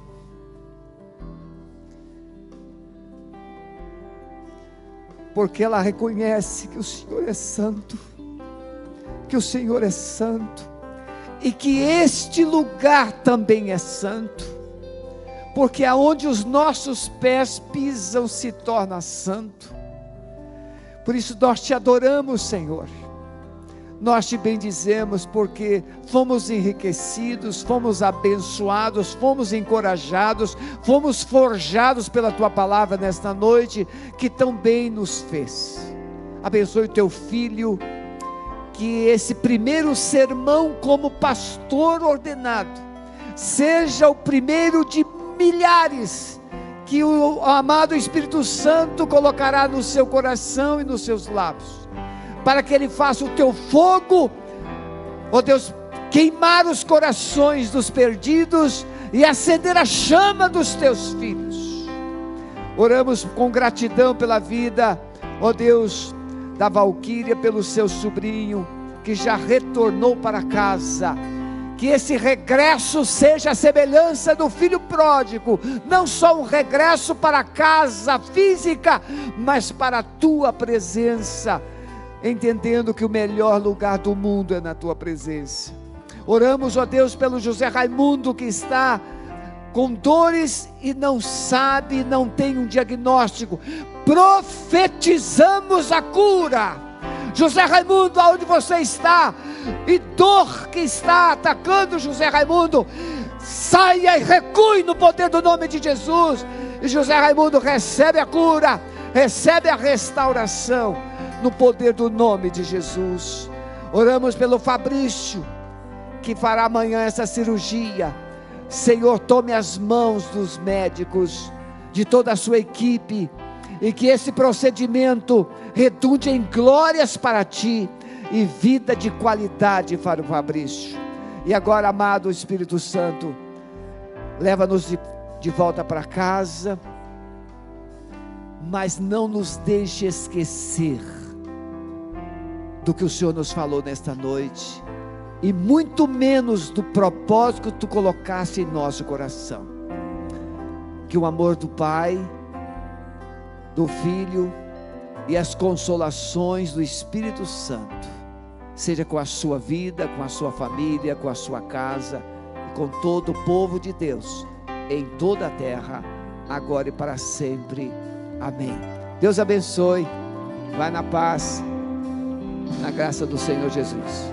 porque ela reconhece que o Senhor é santo, que o Senhor é santo, e que este lugar também é santo, porque aonde os nossos pés pisam se torna santo. Por isso nós Te adoramos, Senhor. Nós Te bendizemos porque fomos enriquecidos, fomos abençoados, fomos encorajados, fomos forjados pela Tua palavra nesta noite, que tão bem nos fez. Abençoe o Teu filho, que esse primeiro sermão como pastor ordenado, seja o primeiro de milhares, que o amado Espírito Santo colocará no seu coração e nos seus lábios, para que ele faça o Teu fogo, ó Deus, queimar os corações dos perdidos e acender a chama dos teus filhos. Oramos com gratidão pela vida, ó Deus, da Valquíria, pelo seu sobrinho, que já retornou para casa. Que esse regresso seja a semelhança do filho pródigo, não só um regresso para a casa física, mas para a tua presença, entendendo que o melhor lugar do mundo é na tua presença. Oramos, ó Deus, pelo José Raimundo, que está com dores e não sabe, não tem um diagnóstico. Profetizamos a cura. José Raimundo, aonde você está, e dor que está atacando José Raimundo, saia e recue no poder do nome de Jesus. E José Raimundo recebe a cura, recebe a restauração no poder do nome de Jesus. Oramos pelo Fabrício, que fará amanhã essa cirurgia. Senhor, tome as mãos dos médicos, de toda a sua equipe, e que esse procedimento redunde em glórias para ti e vida de qualidade para o Fabrício. E agora, amado Espírito Santo, leva-nos de, de volta para casa, mas não nos deixe esquecer do que o Senhor nos falou nesta noite, e muito menos do propósito que tu colocaste em nosso coração. Que o amor do Pai, do Filho e as consolações do Espírito Santo seja com a sua vida, com a sua família, com a sua casa e com todo o povo de Deus em toda a terra, agora e para sempre. Amém. Deus abençoe. Vai na paz, na graça do Senhor Jesus.